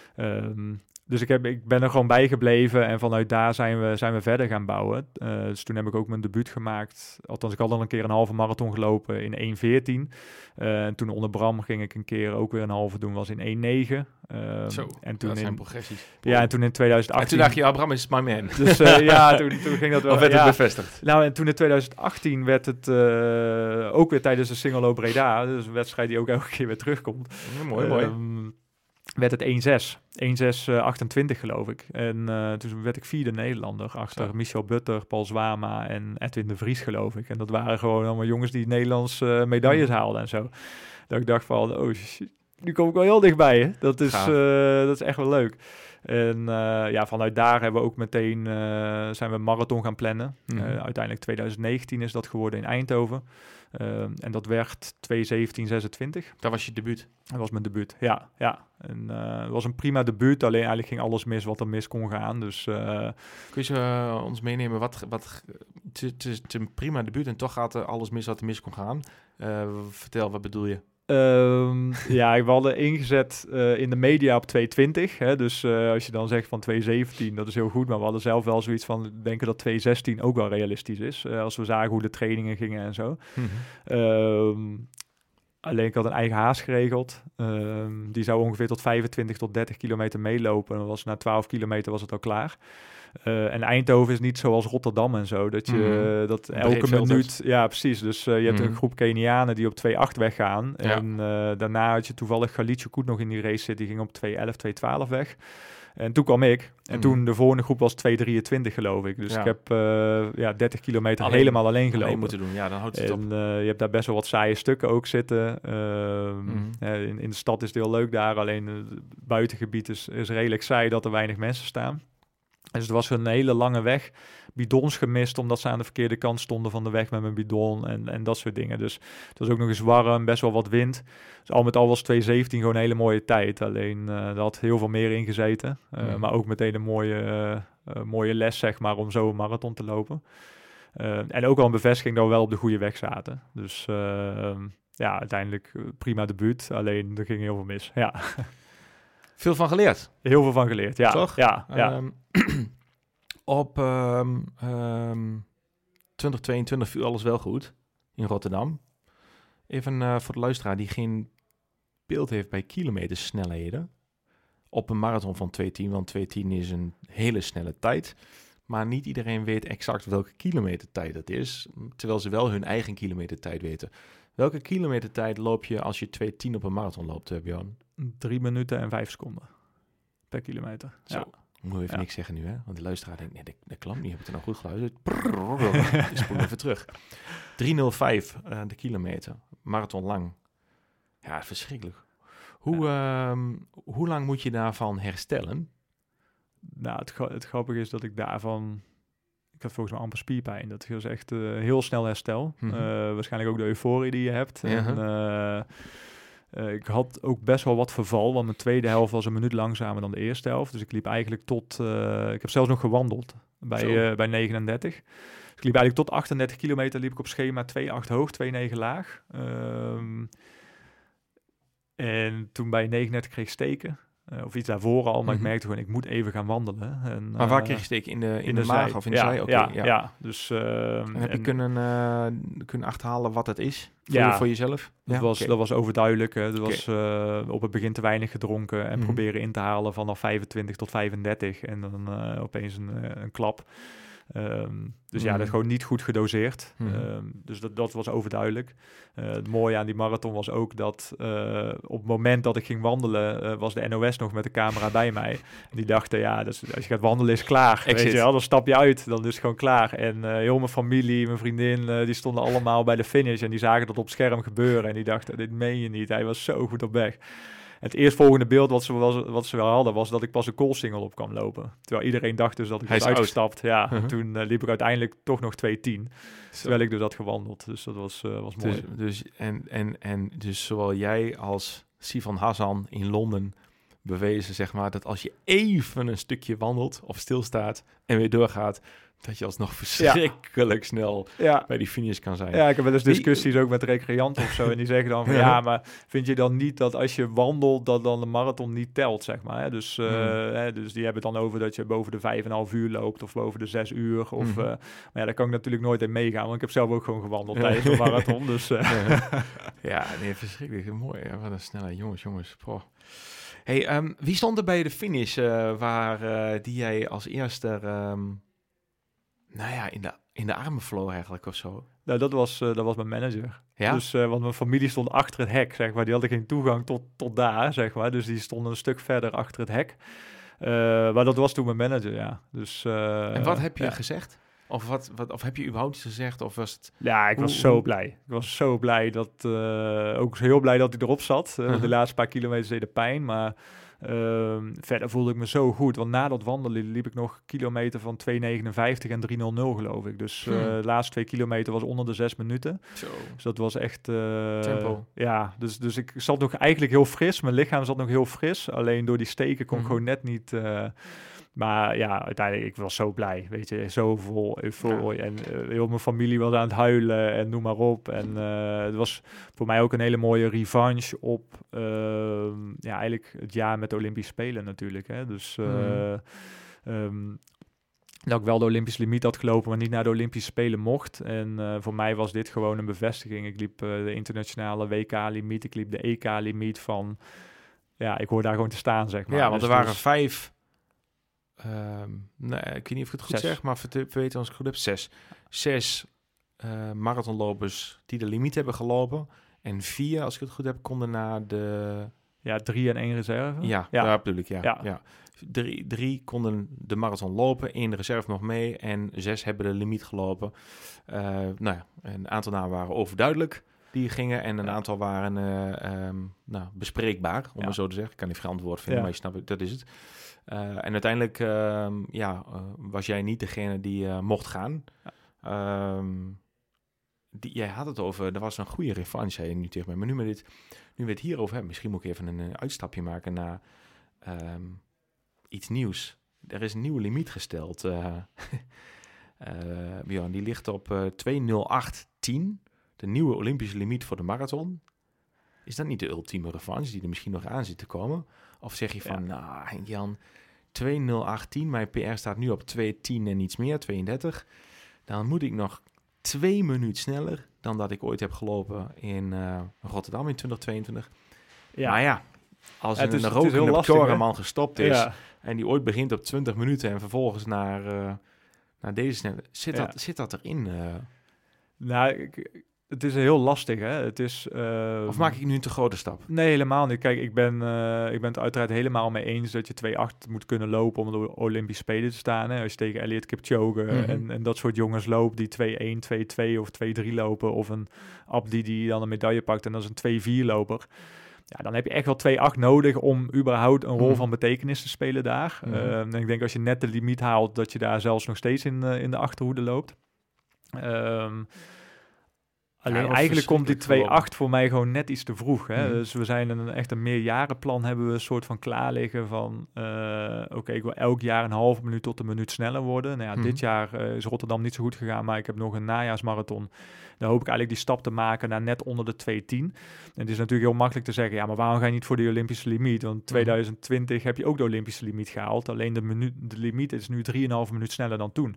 Um, dus ik, heb, ik ben er gewoon bij gebleven en vanuit daar zijn we, zijn we verder gaan bouwen. Uh, dus toen heb ik ook mijn debuut gemaakt. Althans, ik had al een keer een halve marathon gelopen in één veertien. Uh, en toen onder Bram ging ik een keer ook weer een halve doen, was in één negen. Um, Zo, en toen dat in, zijn progressies. Ja, en toen in twintig achttien... En toen dacht je, Abraham is my man. Dus uh, ja, toen, toen ging dat wel... Of werd ja. het bevestigd? Nou, en toen in twintig achttien werd het uh, ook weer tijdens de Singelo Breda, dus een wedstrijd die ook elke keer weer terugkomt. Ja, mooi, um, mooi. Werd het één zes. één zes achtentwintig geloof ik. En uh, toen werd ik vierde Nederlander achter ja. Michel Butter, Paul Zwama en Edwin de Vries geloof ik. En dat waren gewoon allemaal jongens die Nederlands uh, medailles mm. haalden en zo. Dat ik dacht van, oh shit, nu kom ik wel heel dichtbij. Hè? Dat, is, uh, dat is echt wel leuk. En uh, ja, vanuit daar hebben we ook meteen uh, zijn we een marathon gaan plannen. Mm-hmm. Uh, uiteindelijk twintig negentien is dat geworden in Eindhoven. Uh, en dat werd twee zeventien zesentwintig. Dat was je debuut? Dat was mijn debuut, ja. ja. En, uh, het was een prima debuut, alleen eigenlijk ging alles mis wat er mis kon gaan. Dus, uh, kun je uh, ons meenemen, wat, wat het is een prima debuut en toch gaat er alles mis wat er mis kon gaan. Uh, vertel, wat bedoel je? Um, ja, we hadden ingezet uh, in de media op twee twintig. Hè? Dus uh, als je dan zegt van twee zeventien, dat is heel goed. Maar we hadden zelf wel zoiets van denken dat twee zestien ook wel realistisch is. Uh, als we zagen hoe de trainingen gingen en zo. Mm-hmm. Um, alleen ik had een eigen haas geregeld. Um, die zou ongeveer tot vijfentwintig tot dertig kilometer meelopen. En was na twaalf kilometer was het al klaar. Uh, en Eindhoven is niet zoals Rotterdam en zo, dat je mm-hmm. dat elke minuut... Ja, precies. Dus uh, je hebt mm-hmm. een groep Kenianen die op twee acht weggaan. Ja. En uh, daarna had je toevallig Galicia Koet nog in die race zitten. Die ging op twee elf, twee twaalf weg. En toen kwam ik. En Mm. toen de volgende groep was twee drieëntwintig geloof ik. Dus Ja. ik heb uh, ja, dertig kilometer Alleen- helemaal alleen gelopen. Alleen moeten doen, ja, dan houdt het En op. uh, je hebt daar best wel wat saaie stukken ook zitten. Uh, Mm. uh, in, in de stad is het heel leuk daar. Alleen het buitengebied is, is redelijk saai dat er weinig mensen staan. Dus het was een hele lange weg. Bidons gemist omdat ze aan de verkeerde kant stonden van de weg met mijn bidon en, en dat soort dingen. Dus het was ook nog eens warm, best wel wat wind. Dus al met al was twee zeventien gewoon een hele mooie tijd. Alleen uh, er had heel veel meer in gezeten. Uh, Mm. Maar ook meteen een mooie, uh, uh, mooie les, zeg maar, om zo een marathon te lopen. Uh, en ook wel een bevestiging dat we wel op de goede weg zaten. Dus uh, ja, uiteindelijk prima debuut. Alleen er ging heel veel mis, ja. Veel van geleerd. Heel veel van geleerd, ja. Toch? Ja, ja. Um, op um, um, twintig tweeëntwintig viel alles wel goed in Rotterdam. Even uh, voor de luisteraar die geen beeld heeft bij kilometersnelheden. Op een marathon van twee tien, want twee tien is een hele snelle tijd. Maar niet iedereen weet exact welke kilometertijd dat is, terwijl ze wel hun eigen kilometertijd weten. Welke kilometertijd loop je als je twee tien op een marathon loopt, Bjorn? Drie minuten en vijf seconden per kilometer. Zo. Ja. Ik moet even Ja. niks zeggen nu, hè? Want de luisteraar denkt, nee, dat, dat klopt niet. Heb ik het nou goed geluisterd? Ik spoel even terug. drie nul vijf uh, de kilometer. Marathon lang. Ja, verschrikkelijk. Hoe, ja. um, hoe lang moet je daarvan herstellen? Nou, het, het grappige is dat ik daarvan... Ik had volgens mij amper spierpijn. Dat was echt uh, heel snel herstel. Mm-hmm. Uh, waarschijnlijk ook de euforie die je hebt. Ja. En, uh, Uh, ik had ook best wel wat verval, want mijn tweede helft was een minuut langzamer dan de eerste helft. Dus ik liep eigenlijk tot... Uh, ik heb zelfs nog gewandeld bij, uh, bij negenendertig. Dus ik liep eigenlijk tot achtendertig kilometer liep ik op schema twee komma acht hoog, twee komma negen laag. Um, en toen bij negenendertig kreeg ik steken. Uh, of iets daarvoor al, maar mm-hmm. ik merkte gewoon, ik moet even gaan wandelen. En, maar waar uh, kreeg je steek? In de, in in de, de maag zij. of in de ja, zij? Okay, ja, ja, ja. Dus, uh, en heb je en, kunnen, uh, kunnen achterhalen wat het is? Voor, ja, je, voor jezelf? Dat, ja, was, okay. dat was overduidelijk. Hè. Er okay. was uh, op het begin te weinig gedronken en mm-hmm. proberen in te halen vanaf vijfentwintig tot vijfendertig. En dan uh, opeens een, uh, een klap. Um, dus mm. ja, dat is gewoon niet goed gedoseerd. Mm. Um, dus dat, dat was overduidelijk. Uh, het mooie aan die marathon was ook dat uh, op het moment dat ik ging wandelen, uh, was de N O S nog met de camera bij mij. En die dachten, ja, dus als je gaat wandelen is klaar. Weet je wel, dan stap je uit, dan is het gewoon klaar. En uh, heel mijn familie, mijn vriendin, uh, die stonden allemaal bij de finish en die zagen dat op het scherm gebeuren. En die dachten, dit meen je niet, hij was zo goed op weg. Het eerstvolgende beeld wat ze, was, wat ze wel hadden, was dat ik pas een koolsingel op kwam lopen. Terwijl iedereen dacht dus dat ik was uitgestapt. Ja, uh-huh. Toen uh, liep ik uiteindelijk toch nog twee tien. Terwijl ik dus had gewandeld. Dus dat was, uh, was mooi. Dus, dus, en, en, en dus zowel jij als Sivan Hassan in Londen bewezen, zeg maar, dat als je even een stukje wandelt of stilstaat en weer doorgaat, dat je alsnog verschrikkelijk ja. snel ja. bij die finish kan zijn. Ja, ik heb wel eens discussies ook met recreanten of zo. En die zeggen dan van, ja. ja, maar vind je dan niet dat als je wandelt, dat dan de marathon niet telt, zeg maar. Hè? Dus, uh, mm. hè, dus die hebben het dan over dat je boven de vijf en een half uur loopt of boven de zes uur. Of, mm-hmm. uh, maar ja, daar kan ik natuurlijk nooit in meegaan, want ik heb zelf ook gewoon gewandeld ja. tijdens de marathon. Dus, uh. ja. ja, nee, verschrikkelijk. Mooi. Hè? Wat een snelheid. Jongens, jongens. Poh. Hey, um, wie stond er bij de finish uh, waar uh, die jij als eerste... Um, Nou ja, in de, in de armen flow eigenlijk of zo. Nou, dat was, uh, dat was mijn manager. Ja? Dus, uh, want mijn familie stond achter het hek, zeg maar. Die hadden geen toegang tot, tot daar, zeg maar. Dus die stonden een stuk verder achter het hek. Uh, maar dat was toen mijn manager, ja. Dus, uh, en wat heb je ja. gezegd? Of, wat, wat, of heb je überhaupt iets gezegd? Of was het... Ja, ik was hoe, zo hoe... blij. Ik was zo blij dat... Uh, ook heel blij dat hij erop zat. Uh, uh-huh. De laatste paar kilometers deden pijn, maar... Uh, verder voelde ik me zo goed, want na dat wandelen liep ik nog kilometer van twee negenenvijftig en drie nul geloof ik. Dus uh, hmm. de laatste twee kilometer was onder de zes minuten. Zo. Dus dat was echt... Uh, tempo. Ja, dus, dus ik zat nog eigenlijk heel fris. Mijn lichaam zat nog heel fris. Alleen door die steken kon ik hmm. gewoon net niet... Uh, maar ja, uiteindelijk, ik was zo blij, weet je, zo vol euforie. Ja. En uh, heel mijn familie was aan het huilen en noem maar op. En uh, het was voor mij ook een hele mooie revanche op, uh, ja, eigenlijk het jaar met de Olympische Spelen natuurlijk. Hè. Dus uh, mm. um, dat ik wel de Olympische limiet had gelopen, maar niet naar de Olympische Spelen mocht. En uh, voor mij was dit gewoon een bevestiging. Ik liep uh, de internationale W K-limiet, ik liep de E K-limiet van... Ja, ik hoor daar gewoon te staan, zeg maar. Ja, want dus er waren dus, vijf... Um, nee, ik weet niet of ik het goed zes. zeg, maar verweten als ik het goed heb, zes. Zes uh, marathonlopers die de limiet hebben gelopen. En vier, als ik het goed heb, konden naar de... Ja, Ja, drie en één reserve. Ja, ja. daar bedoel ik, ja. Ja. ja. Drie, drie konden de marathon lopen, één de reserve nog mee en zes hebben de limiet gelopen. Uh, nou ja, een aantal namen waren overduidelijk die gingen en een ja. aantal waren uh, um, nou, bespreekbaar, om ja. maar zo te zeggen. Ik kan niet verantwoord vinden, ja. maar je snapt, dat is het. Uh, en uiteindelijk uh, ja, uh, was jij niet degene die uh, mocht gaan. Ja. Um, die, jij had het over, er was een goede revanche, zei je nu tegen mij. Maar nu, met dit, nu we het hierover hebben, misschien moet ik even een uh, uitstapje maken naar um, iets nieuws. Er is een nieuwe limiet gesteld. Uh, uh, Björn, die ligt op uh, twee nul acht tien. De nieuwe Olympische limiet voor de marathon. Is dat niet de ultieme revanche die er misschien nog aan zit te komen? Of zeg je van, ja. nou Henk-Jan, twee nul acht tien, mijn P R staat nu op twee tien en iets meer, tweeëndertig. Dan moet ik nog twee minuten sneller dan dat ik ooit heb gelopen in uh, Rotterdam in twintig tweeëntwintig. Ja. Maar ja, als ja, een rokende torenman gestopt is ja. en die ooit begint op twintig minuten en vervolgens naar, uh, naar deze snelheid, zit, ja. dat, zit dat erin? Uh? Nou, ik... Het is heel lastig, hè. Het is, uh, of maak ik nu een te grote stap? Nee, helemaal niet. Kijk, ik ben, uh, ik ben het uiteraard helemaal mee eens dat je twee acht moet kunnen lopen om de Olympische Spelen te staan. Hè. Als je tegen Eliud Kipchoge mm-hmm. en, en dat soort jongens loopt die twee één, twee twee of twee drie lopen. Of een Abdi die dan een medaille pakt en dat is een twee vier loper. Ja, dan heb je echt wel twee acht nodig om überhaupt een rol mm-hmm. van betekenis te spelen daar. Mm-hmm. Uh, en ik denk als je net de limiet haalt, dat je daar zelfs nog steeds in, uh, in de achterhoede loopt. Um, Alleen ja, eigenlijk komt die twee acht voor mij gewoon net iets te vroeg. Hè? Mm. Dus we zijn een echt een meerjarenplan hebben we een soort van klaar liggen van... Uh, Oké, okay, ik wil elk jaar een halve minuut tot een minuut sneller worden. Nou ja, mm. dit jaar uh, is Rotterdam niet zo goed gegaan, maar ik heb nog een najaarsmarathon. Dan hoop ik eigenlijk die stap te maken naar net onder de twee tien. En het is natuurlijk heel makkelijk te zeggen, ja, maar waarom ga je niet voor de Olympische limiet? Want twintig twintig mm. heb je ook de Olympische limiet gehaald. Alleen de, minu- de limiet is nu drieënhalve minuut sneller dan toen.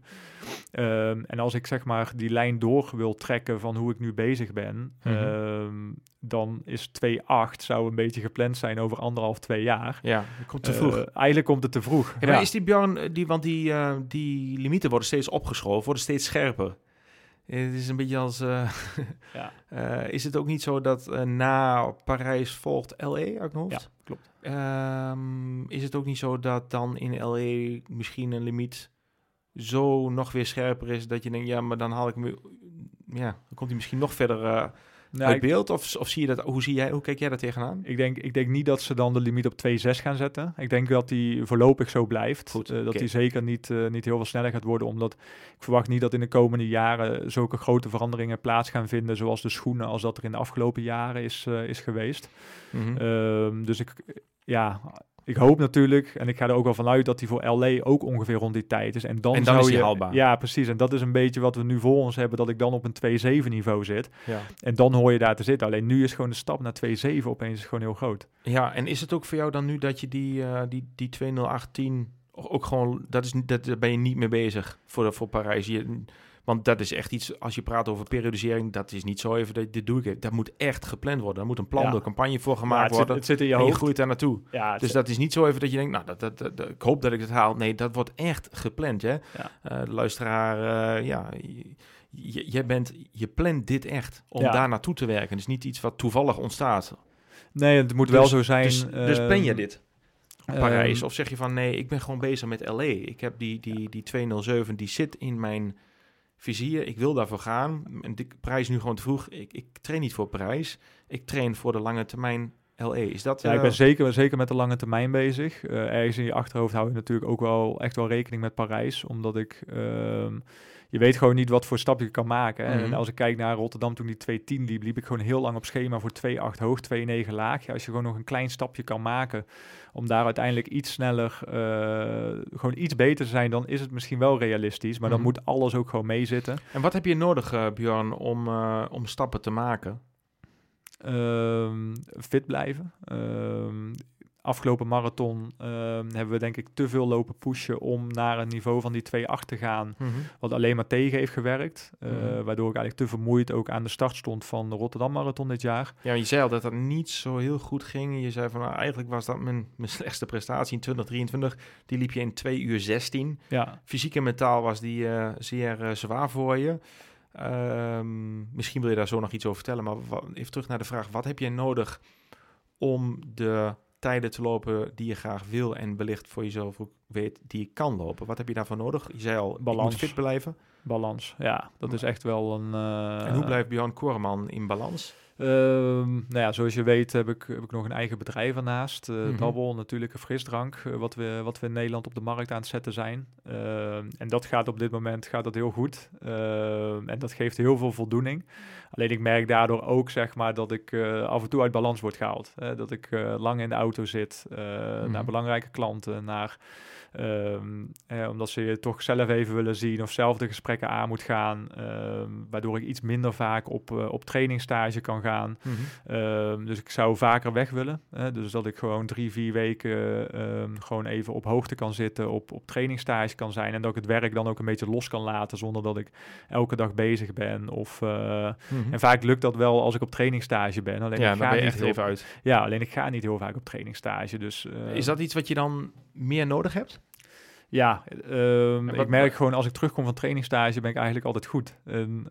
Um, en als ik zeg maar die lijn door wil trekken van hoe ik nu bezig ben, mm-hmm. um, dan is twee acht zou een beetje gepland zijn over anderhalf, twee jaar. Ja, dat komt te vroeg. Uh, eigenlijk komt het te vroeg. Ja, maar ja. is die Björn, die, want die, uh, die limieten worden steeds opgeschoven, worden steeds scherper. Het is een beetje als... Uh, ja. uh, is het ook niet zo dat uh, na Parijs volgt L A uit mijn hoofd? Ja, klopt. Um, is het ook niet zo dat dan in L A misschien een limiet zo nog weer scherper is dat je denkt, ja, maar dan haal ik me... Ja, dan komt hij misschien nog verder uh, nou, uit beeld. Of, of zie je dat... Hoe, zie jij, hoe kijk jij daar tegenaan? Ik denk, ik denk niet dat ze dan de limiet op twee zes gaan zetten. Ik denk dat die voorlopig zo blijft. Goed, uh, dat okay. die zeker niet, uh, niet heel veel sneller gaat worden. Omdat ik verwacht niet dat in de komende jaren zulke grote veranderingen plaats gaan vinden. Zoals de schoenen als dat er in de afgelopen jaren is, uh, is geweest. Mm-hmm. Uh, dus ik... Ja... Ik hoop natuurlijk, en ik ga er ook wel vanuit dat die voor L A ook ongeveer rond die tijd is. En dan, en dan zou is die je, haalbaar. Ja, precies. En dat is een beetje wat we nu voor ons hebben, dat ik dan op een twee zeven niveau zit. Ja. En dan hoor je daar te zitten. Alleen nu is gewoon de stap naar twee zeven opeens gewoon heel groot. Ja, en is het ook voor jou dan nu dat je die, uh, die, die twee nul acht tien ook gewoon, dat is, dat, daar ben je niet mee bezig voor, de, voor Parijs. Je, want dat is echt iets, als je praat over periodisering, dat is niet zo even, dat, dit doe ik even. Dat moet echt gepland worden. Daar moet een plan, ja. door campagne voor gemaakt ja, het worden. Zit, het zit in je en hoofd. je groeit daar naartoe. Ja, dus zit... dat is niet zo even dat je denkt, nou, dat, dat, dat, dat, ik hoop dat ik het haal. Nee, dat wordt echt gepland, hè. Ja. Uh, de luisteraar, uh, ja, j- jij bent, je plant dit echt om ja. daar naartoe te werken. Dus niet iets wat toevallig ontstaat. Nee, het moet dus, wel zo zijn. Dus, uh, dus plan je dit? Parijs? Um, of zeg je van, nee, ik ben gewoon bezig met L A. Ik heb die, die, die twee nul zeven, die zit in mijn vizier. Ik wil daarvoor gaan. En de prijs nu gewoon te vroeg. Ik, ik train niet voor Parijs. Ik train voor de lange termijn L A. Is dat... Ja, uh... ik ben zeker, zeker met de lange termijn bezig. Uh, ergens in je achterhoofd hou je natuurlijk ook wel echt wel rekening met Parijs. Omdat ik... Uh, je weet gewoon niet wat voor stap je kan maken. Mm-hmm. En als ik kijk naar Rotterdam toen die twee tien liep, liep ik gewoon heel lang op schema voor twee acht hoog, twee negen laag. Ja, als je gewoon nog een klein stapje kan maken om daar uiteindelijk iets sneller, uh, gewoon iets beter te zijn, dan is het misschien wel realistisch. Maar mm-hmm. dan moet alles ook gewoon meezitten. En wat heb je nodig, uh, Björn, om, uh, om stappen te maken? Um, fit blijven. Um, Afgelopen marathon uh, hebben we denk ik te veel lopen pushen om naar een niveau van die twee acht te gaan, mm-hmm. wat alleen maar tegen heeft gewerkt. Uh, mm-hmm. Waardoor ik eigenlijk te vermoeid ook aan de start stond van de Rotterdam Marathon dit jaar. Ja, je zei al dat dat niet zo heel goed ging. Je zei van nou, eigenlijk was dat mijn, mijn slechtste prestatie in twintig drieëntwintig. Die liep je in twee uur zestien. Ja. Fysiek en mentaal was die uh, zeer uh, zwaar voor je. Um, misschien wil je daar zo nog iets over vertellen, maar wat, even terug naar de vraag, wat heb jij nodig om de tijden te lopen die je graag wil en wellicht voor jezelf ook weet die je kan lopen? Wat heb je daarvoor nodig? Je zei al, Balans. je moet fit blijven. Balans, ja. Dat is echt wel een... Uh, en hoe blijft Björn Koreman in balans? Um, nou ja, zoals je weet heb ik, heb ik nog een eigen bedrijf ernaast. Uh, mm-hmm. Double, natuurlijke frisdrank, uh, wat, we, wat we in Nederland op de markt aan het zetten zijn. Uh, en dat gaat op dit moment gaat dat heel goed. Uh, en dat geeft heel veel voldoening. Alleen ik merk daardoor ook zeg maar dat ik uh, af en toe uit balans word gehaald. Uh, dat ik uh, lang in de auto zit, uh, mm-hmm. naar belangrijke klanten, naar... Um, eh, omdat ze je toch zelf even willen zien of zelf de gesprekken aan moet gaan, um, waardoor ik iets minder vaak op, uh, op trainingstage kan gaan. Mm-hmm. Um, dus ik zou vaker weg willen. Hè? Dus dat ik gewoon drie, vier weken um, gewoon even op hoogte kan zitten, op, op trainingstage kan zijn en dat ik het werk dan ook een beetje los kan laten zonder dat ik elke dag bezig ben. Of, uh, mm-hmm. En vaak lukt dat wel als ik op trainingstage ben. Alleen ja, ik dan ga ben je niet echt heel, even uit. Ja, alleen ik ga niet heel vaak op trainingstage. Dus, uh, is dat iets wat je dan meer nodig hebt? Ja, um, wat, ik merk gewoon als ik terugkom van trainingstage ben ik eigenlijk altijd goed. En,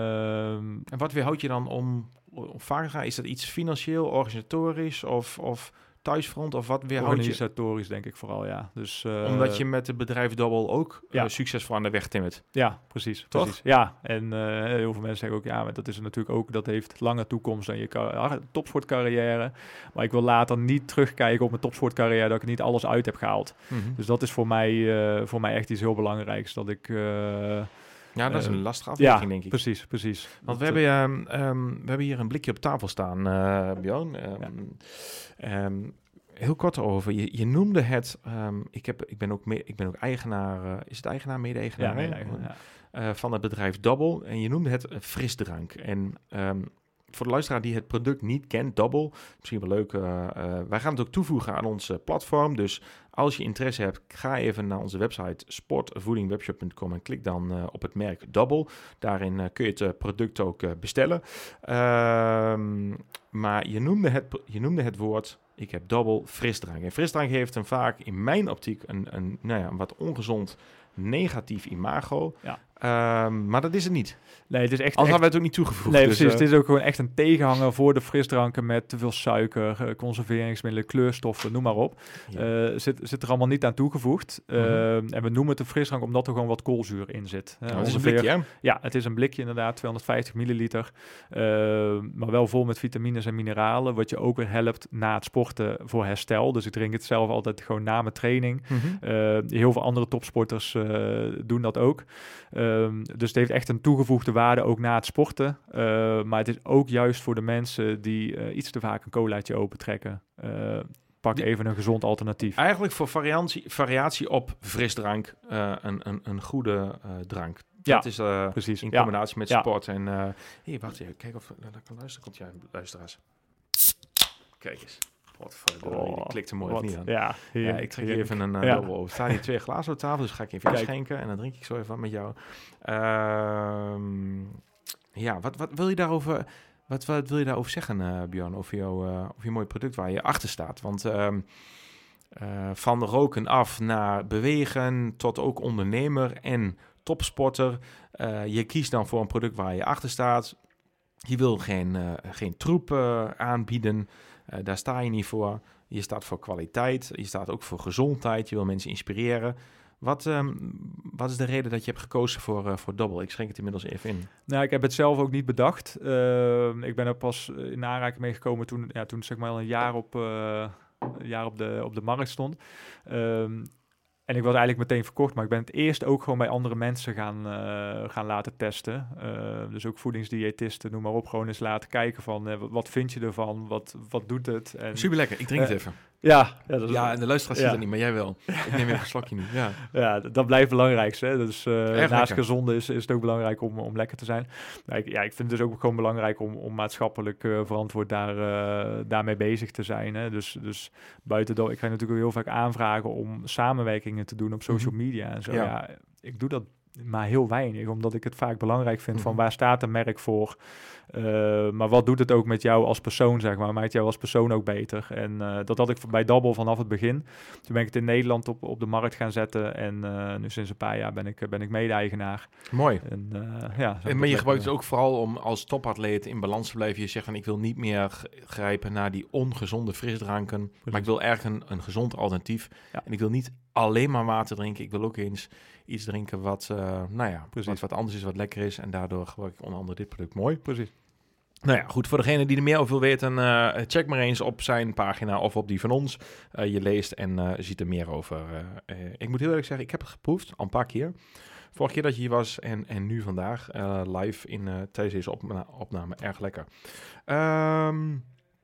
um, en wat weerhoudt je dan om, om vaker te gaan? Is dat iets financieel, organisatorisch of, of thuisfront of wat weerhoudt je? Organisatorisch denk ik vooral, ja. Dus, uh, Omdat je met het bedrijf Double ook ja. uh, succesvol aan de weg timmert. Ja, precies. Toch? Precies. Ja, en uh, heel veel mensen zeggen ook, ja, maar dat is natuurlijk ook, dat heeft lange toekomst dan je car- topsportcarrière. Maar ik wil later niet terugkijken op mijn topsportcarrière dat ik niet alles uit heb gehaald. Mm-hmm. Dus dat is voor mij, uh, voor mij echt iets heel belangrijks, dat ik... Uh, Ja, dat is een lastige afweging, ja, denk ik. precies, precies. Want we hebben, um, um, we hebben hier een blikje op tafel staan, uh, Björn. Um, ja. um, heel kort over. Je, je noemde het. Um, ik, heb, ik, ben ook me, ik ben ook eigenaar. Uh, is het eigenaar, mede-eigenaar? Ja, mede-eigenaar. Ja. Uh, van het bedrijf Double. En je noemde het uh, frisdrank. En um, voor de luisteraar die het product niet kent, Double, misschien wel leuk. Uh, uh, wij gaan het ook toevoegen aan ons uh, platform. Dus als je interesse hebt, ga even naar onze website sport voeding webshop punt com en klik dan uh, op het merk Double. Daarin uh, kun je het uh, product ook uh, bestellen. Uh, maar je noemde, het, je noemde het woord, ik heb Double frisdrank. En frisdrank heeft een vaak in mijn optiek een, een, nou ja, een wat ongezond negatief imago. Ja. Um, maar dat is het niet. Nee, het is echt... Als echt... hadden we het ook niet toegevoegd. Nee, dus, precies. Uh... Het is ook gewoon echt een tegenhanger voor de frisdranken met te veel suiker, conserveringsmiddelen, kleurstoffen, noem maar op. Ja. Uh, zit, zit er allemaal niet aan toegevoegd. Uh, mm-hmm. En we noemen het een frisdrank omdat er gewoon wat koolzuur in zit. Uh, oh, het is een blikje, hè? Ja, het is een blikje inderdaad, tweehonderdvijftig milliliter. Uh, maar wel vol met vitamines en mineralen, wat je ook weer helpt na het sporten voor herstel. Dus ik drink het zelf altijd gewoon na mijn training. Mm-hmm. Uh, heel veel andere topsporters uh, doen dat ook. Um, dus het heeft echt een toegevoegde waarde ook na het sporten. Uh, maar het is ook juist voor de mensen die uh, iets te vaak een colaatje opentrekken. Uh, pak die, even een gezond alternatief. Eigenlijk voor variatie, variatie op frisdrank uh, een, een, een goede uh, drank. Ja, dat is uh, precies. In combinatie ja. met sport. Ja. En uh, hey, wacht even, kijk of ik kan luisteren. Komt jij, luisteraars. Kijk eens. Wat voor oh, die klikt er mooi wat, of niet aan. Ja, hier, ja, ik trek hier even een uh, ja. dubbel over. Er staan hier twee glazen op tafel, dus ga ik even inschenken. En dan drink ik zo even met jou. Uh, ja, wat, wat wil je daarover... Wat, wat wil je daarover zeggen, uh, Björn? Over, jou, uh, over je mooi product waar je achter staat. Want uh, uh, van roken af naar bewegen tot ook ondernemer en topsporter. Uh, je kiest dan voor een product waar je achter staat. Je wil geen, uh, geen troep uh, aanbieden. Uh, daar sta je niet voor. Je staat voor kwaliteit. Je staat ook voor gezondheid. Je wil mensen inspireren. Wat, um, wat is de reden dat je hebt gekozen voor, uh, voor Double? Ik schenk het inmiddels even in. Nou, ik heb het zelf ook niet bedacht. Uh, ik ben er pas in aanraking mee gekomen toen, ja, toen zeg maar al een jaar op, uh, een jaar op, de, op de markt stond. Um, En ik was eigenlijk meteen verkocht, maar ik ben het eerst ook gewoon bij andere mensen gaan, uh, gaan laten testen. Uh, dus ook voedingsdiëtisten, noem maar op, gewoon eens laten kijken van uh, wat, wat vind je ervan, wat, wat doet het? En, super lekker, ik drink uh, het even. Ja, ja, dat is, ja en de luisteraars ja. zien dat niet, maar jij wel. Ik neem even een slokje nu. Ja, ja dat, dat blijft het belangrijkste. Hè? Dus uh, naast lekker. gezonde is, is het ook belangrijk om, om lekker te zijn. Nou, ik, ja, ik vind het dus ook gewoon belangrijk om, om maatschappelijk uh, verantwoord daar, uh, daarmee bezig te zijn. Hè? Dus, dus buiten dat, ik krijg natuurlijk heel vaak aanvragen om samenwerkingen te doen op social media en zo. Ja, ja ik doe dat maar heel weinig, omdat ik het vaak belangrijk vind Mhm. van waar staat een merk voor. Uh, maar wat doet het ook met jou als persoon, zeg maar. Maakt jou als persoon ook beter. En uh, dat had ik bij Dabbel vanaf het begin. Toen ben ik het in Nederland op, op de markt gaan zetten. En uh, nu sinds een paar jaar ben ik, ben ik mede-eigenaar. Mooi. En, uh, ja, en, maar je gebruikt het ook vooral om als topatleet in balans te blijven. Je zegt van ik wil niet meer g- grijpen naar die ongezonde frisdranken. Precies. Maar ik wil erg een, een gezond alternatief. Ja. En ik wil niet alleen maar water drinken. Ik wil ook eens iets drinken wat, uh, nou ja, wat, wat anders is, wat lekker is. En daardoor gebruik ik onder andere dit product. Mooi. Precies. Nou ja, goed, voor degene die er meer over wil weten, uh, check maar eens op zijn pagina of op die van ons. Uh, je leest en uh, ziet er meer over. Uh, uh, ik moet heel eerlijk zeggen, ik heb het geproefd, al een paar keer. Vorige keer dat je hier was en, en nu vandaag uh, live in, uh, tijdens deze opna- opname. Erg lekker. Um,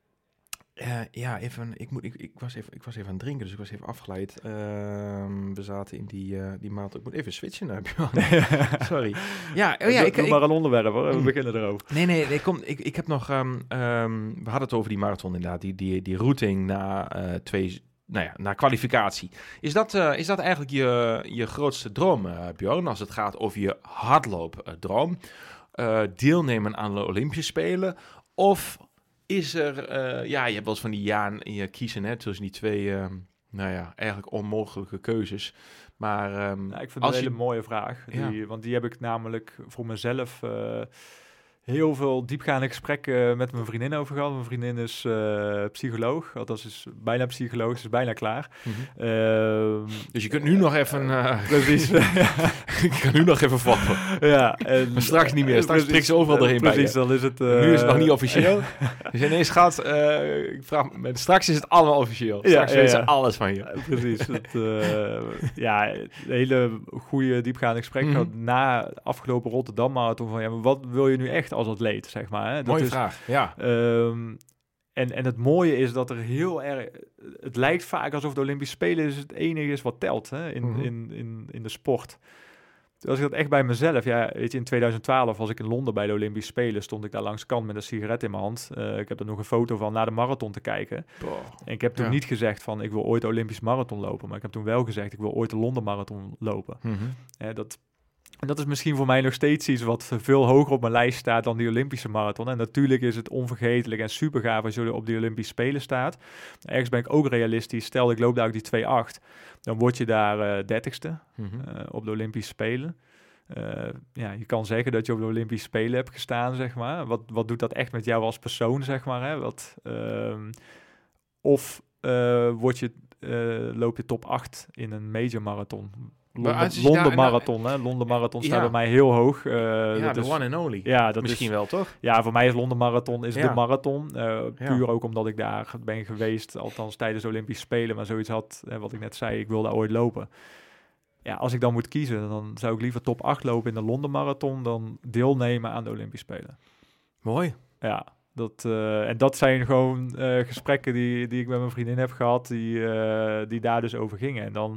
Uh, ja, even. Ik, moet, ik, ik, was even, ik was even aan het drinken, dus ik was even afgeleid. Uh, we zaten in die, uh, die maand. Ik moet even switchen. Sorry. Ja, oh ja, doe, ik, doe ik, maar een onderwerp hoor. We beginnen erover. Nee, nee, nee kom, ik, ik heb nog. Um, um, we hadden het over die marathon inderdaad. Die, die, die routing na uh, twee. Nou ja, naar kwalificatie. Is dat, uh, is dat eigenlijk je, je grootste droom, uh, Björn? Als het gaat over je hardloopdroom? Uh, deelnemen aan de Olympische Spelen? Of is er, uh, ja, je hebt wel eens van die ja en je kiezen, hè, tussen die twee, uh, nou ja, eigenlijk onmogelijke keuzes. Maar um, nou, ik vind het een hele je... mooie vraag, die, ja. want die heb ik namelijk voor mezelf uh, heel veel diepgaande gesprekken met mijn vriendin over gehad. Mijn vriendin is uh, psycholoog, althans is bijna psycholoog, is bijna klaar. Mm-hmm. Uh, dus je kunt nu uh, nog even... Uh, precies. Ik kan nu nog even vatten. Ja, en, maar straks niet meer. Straks prikt ze overal doorheen precies, bij je. Dan is het... Uh, nu is het nog niet officieel. Dus ineens gaat... Uh, ik vraag me, straks is het allemaal officieel. Straks ja, weten ja, ja. ze alles van je. Uh, precies. Het, uh, ja, een hele goede diepgaande gesprek mm-hmm. gehad na afgelopen Rotterdam Marathon. Van ja, maar wat wil je nu echt als atleet, zeg maar. Hè? Dat Mooie is, vraag, ja. Um, en, en het mooie is dat er heel erg... Het lijkt vaak alsof de Olympische Spelen is het enige is wat telt hè, in, mm-hmm. in, in, in de sport. Toen was ik dat echt bij mezelf. Ja, weet je, in twintig twaalf was ik in Londen bij de Olympische Spelen. Stond ik daar langs de kant met een sigaret in mijn hand. Uh, ik heb er nog een foto van naar de marathon te kijken. Oh. En ik heb toen ja. niet gezegd van ik wil ooit de Olympische marathon lopen. Maar ik heb toen wel gezegd ik wil ooit de Londen Marathon lopen. Mm-hmm. Uh, dat... En dat is misschien voor mij nog steeds iets wat veel hoger op mijn lijst staat dan die Olympische marathon. En natuurlijk is het onvergetelijk en super gaaf als je op die Olympische Spelen staat. Ergens ben ik ook realistisch. Stel, ik loop daar ook die twee acht. Dan word je daar uh, dertigste mm-hmm. uh, op de Olympische Spelen. Uh, ja, je kan zeggen dat je op de Olympische Spelen hebt gestaan, zeg maar. Wat, wat doet dat echt met jou als persoon, zeg maar? Hè? Wat, uh, of uh, word je, uh, loop je top acht in een major marathon? Londen, Londen Marathon, hè? Londen Marathon staat ja. bij mij heel hoog. Uh, ja, dat de is, one and only. Ja, dat Misschien is, wel, toch? Ja, voor mij is Londen Marathon is ja. de marathon. Uh, ja. Puur ook omdat ik daar ben geweest, althans tijdens de Olympische Spelen, maar zoiets had, hè, wat ik net zei, ik wil daar ooit lopen. Ja, als ik dan moet kiezen, dan zou ik liever top acht lopen in de Londen Marathon dan deelnemen aan de Olympische Spelen. Mooi. Ja. Dat, uh, en dat zijn gewoon uh, gesprekken die, die ik met mijn vriendin heb gehad, die, uh, die daar dus over gingen. En dan...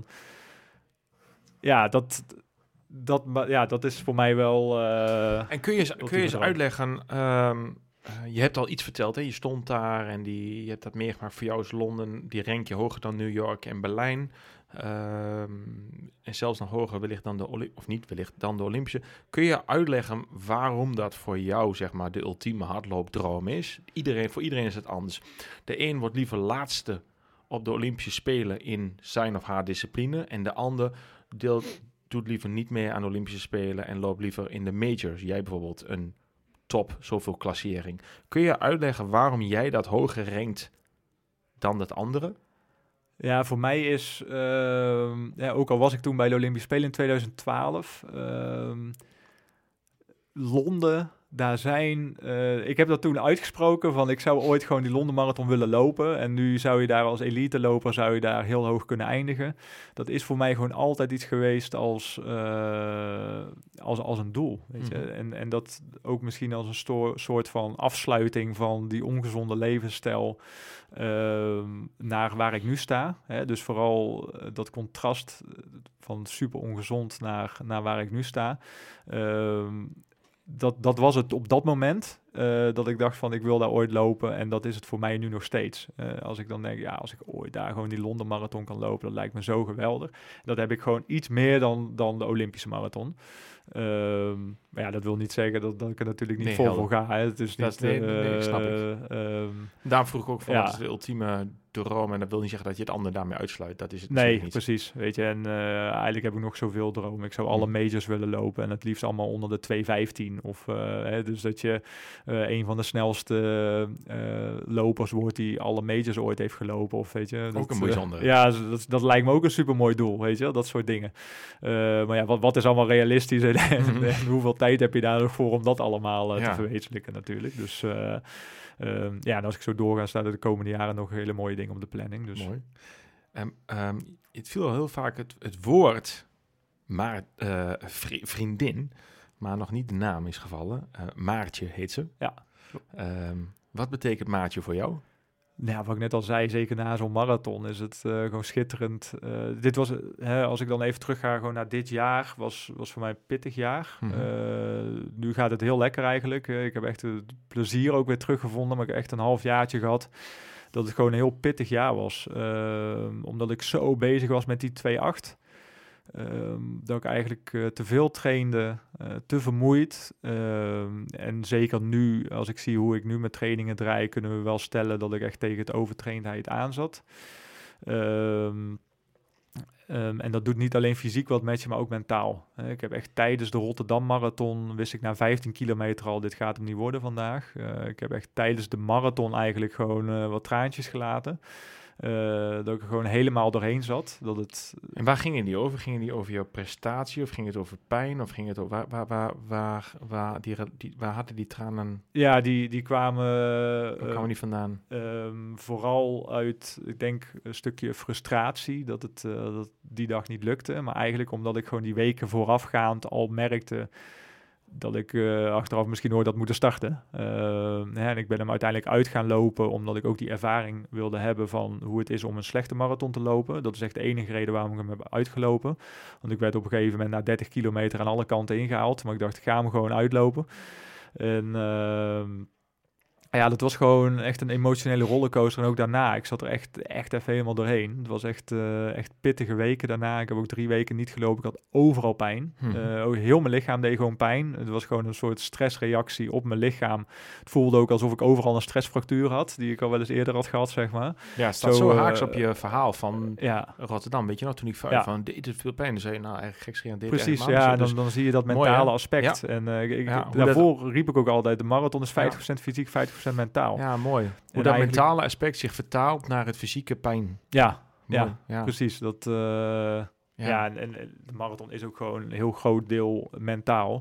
Ja, dat, dat, ja, dat is voor mij wel... Uh, en kun je, kun je eens uitleggen... Um, uh, je hebt al iets verteld, hè? Je stond daar en die, je hebt dat meegemaakt. Voor jou is Londen, die rank je hoger dan New York en Berlijn. Um, en zelfs nog hoger wellicht dan de... Oli- of niet wellicht dan de Olympische. Kun je uitleggen waarom dat voor jou, zeg maar, de ultieme hardloopdroom is? Iedereen, voor iedereen is het anders. De een wordt liever laatste op de Olympische Spelen in zijn of haar discipline. En de ander... Deel, doet liever niet mee aan de Olympische Spelen en loopt liever in de majors. Jij bijvoorbeeld een top, zoveel klassering. Kun je uitleggen waarom jij dat hoger rankt dan dat andere? Ja, voor mij is, uh, ja, ook al was ik toen bij de Olympische Spelen in twintig twaalf, uh, Londen... Daar zijn, uh, ik heb dat toen uitgesproken van ik zou ooit gewoon die Londen Marathon willen lopen. En nu zou je daar als elite loper, zou je daar heel hoog kunnen eindigen. Dat is voor mij gewoon altijd iets geweest als, uh, als, als een doel. Weet je? Mm-hmm. En, en dat ook misschien als een sto- soort van afsluiting van die ongezonde levensstijl uh, naar waar ik nu sta. Hè? Dus vooral uh, dat contrast van super ongezond naar, naar waar ik nu sta. Uh, Dat, dat was het op dat moment. uh, dat ik dacht van ik wil daar ooit lopen en dat is het voor mij nu nog steeds. Uh, als ik dan denk, ja, als ik ooit daar gewoon die Londen Marathon kan lopen, dat lijkt me zo geweldig. Dat heb ik gewoon iets meer dan, dan de Olympische Marathon. Um, maar ja, dat wil niet zeggen dat, dat ik er natuurlijk niet nee, vol voor ga. Hè. Het is dat niet, nee, uh, nee, snap ik. Um, Daarom vroeg ik ook van, ja. wat is de ultieme droom? En dat wil niet zeggen dat je het ander daarmee uitsluit. Dat is het nee, niet. precies. Weet je, en uh, eigenlijk heb ik nog zoveel dromen. Ik zou alle Hmm. majors willen lopen en het liefst allemaal onder de twee vijftien. Of uh, hè, dus dat je uh, een van de snelste uh, lopers wordt die alle majors ooit heeft gelopen. Of weet je, ook dat, een bijzondere. Uh, ja, dat, dat lijkt me ook een supermooi doel, weet je, dat soort dingen. Uh, maar ja, wat, wat is allemaal realistisch en, en, en hoeveel tijd heb je daar nog voor om dat allemaal uh, ja. te verwezenlijken natuurlijk. Dus uh, uh, ja, en als ik zo doorga, staan er de komende jaren nog hele mooie dingen op de planning. Dus. Mooi. Um, um, het viel al heel vaak het, het woord maar, uh, vri- vriendin, maar nog niet de naam is gevallen. Uh, Maartje heet ze. Ja. Um, wat betekent Maartje voor jou? Nou, wat ik net al zei, zeker na zo'n marathon is het uh, gewoon schitterend. Uh, dit was, uh, hè, als ik dan even terug ga gewoon naar dit jaar, was, was voor mij een pittig jaar. Mm-hmm. Uh, nu gaat het heel lekker eigenlijk. Uh, ik heb echt het plezier ook weer teruggevonden, maar ik heb echt een half jaartje gehad dat het gewoon een heel pittig jaar was. Uh, omdat ik zo bezig was met die twee acht. Um, dat ik eigenlijk uh, te veel trainde, uh, te vermoeid. Um, en zeker nu, als ik zie hoe ik nu mijn trainingen draai, kunnen we wel stellen dat ik echt tegen het overtraindheid aan zat. Um, um, en dat doet niet alleen fysiek wat met je, maar ook mentaal. Uh, ik heb echt tijdens de Rotterdam Marathon, wist ik na vijftien kilometer al, dit gaat hem niet worden vandaag. Uh, ik heb echt tijdens de marathon eigenlijk gewoon uh, wat traantjes gelaten. Uh, dat ik er gewoon helemaal doorheen zat. Dat het... En waar gingen die over? Gingen die over jouw prestatie? Of ging het over pijn? Of ging het over... Waar, waar, waar, waar, waar, die, die, waar hadden die tranen... Ja, die, die kwamen... Waar uh, kwamen die vandaan? Um, vooral uit, ik denk, een stukje frustratie. Dat het uh, dat die dag niet lukte. Maar eigenlijk omdat ik gewoon die weken voorafgaand al merkte... dat ik uh, achteraf misschien nooit had moeten starten. Uh, hè, en ik ben hem uiteindelijk uit gaan lopen... omdat ik ook die ervaring wilde hebben... van hoe het is om een slechte marathon te lopen. Dat is echt de enige reden waarom ik hem heb uitgelopen. Want ik werd op een gegeven moment... na dertig kilometer aan alle kanten ingehaald. Maar ik dacht, ik ga hem gewoon uitlopen. En... Uh, ja, dat was gewoon echt een emotionele rollercoaster. En ook daarna, ik zat er echt, echt even helemaal doorheen. Het was echt, uh, echt pittige weken daarna. Ik heb ook drie weken niet gelopen. Ik had overal pijn. Hmm. Uh, ook heel mijn lichaam deed gewoon pijn. Het was gewoon een soort stressreactie op mijn lichaam. Het voelde ook alsof ik overal een stressfractuur had, die ik al wel eens eerder had gehad, zeg maar. Ja, het staat zo, zo haaks uh, op je verhaal van ja. Rotterdam. Weet je nog, toen ik van, ja. van deed het veel pijn, dan zei je, nou eigenlijk gekscherend deed Precies, ja, dus, dan, dan zie je dat mentale mooi, aspect. Ja. En uh, ik, ja, daarvoor dat... riep ik ook altijd, de marathon is vijftig procent ja. fysiek, vijftig procent mentaal. Ja, mooi. Hoe en dat eigenlijk... mentale aspect zich vertaalt naar het fysieke pijn. Ja, ja, ja, precies. Dat, uh, ja, ja en, en de marathon is ook gewoon een heel groot deel mentaal.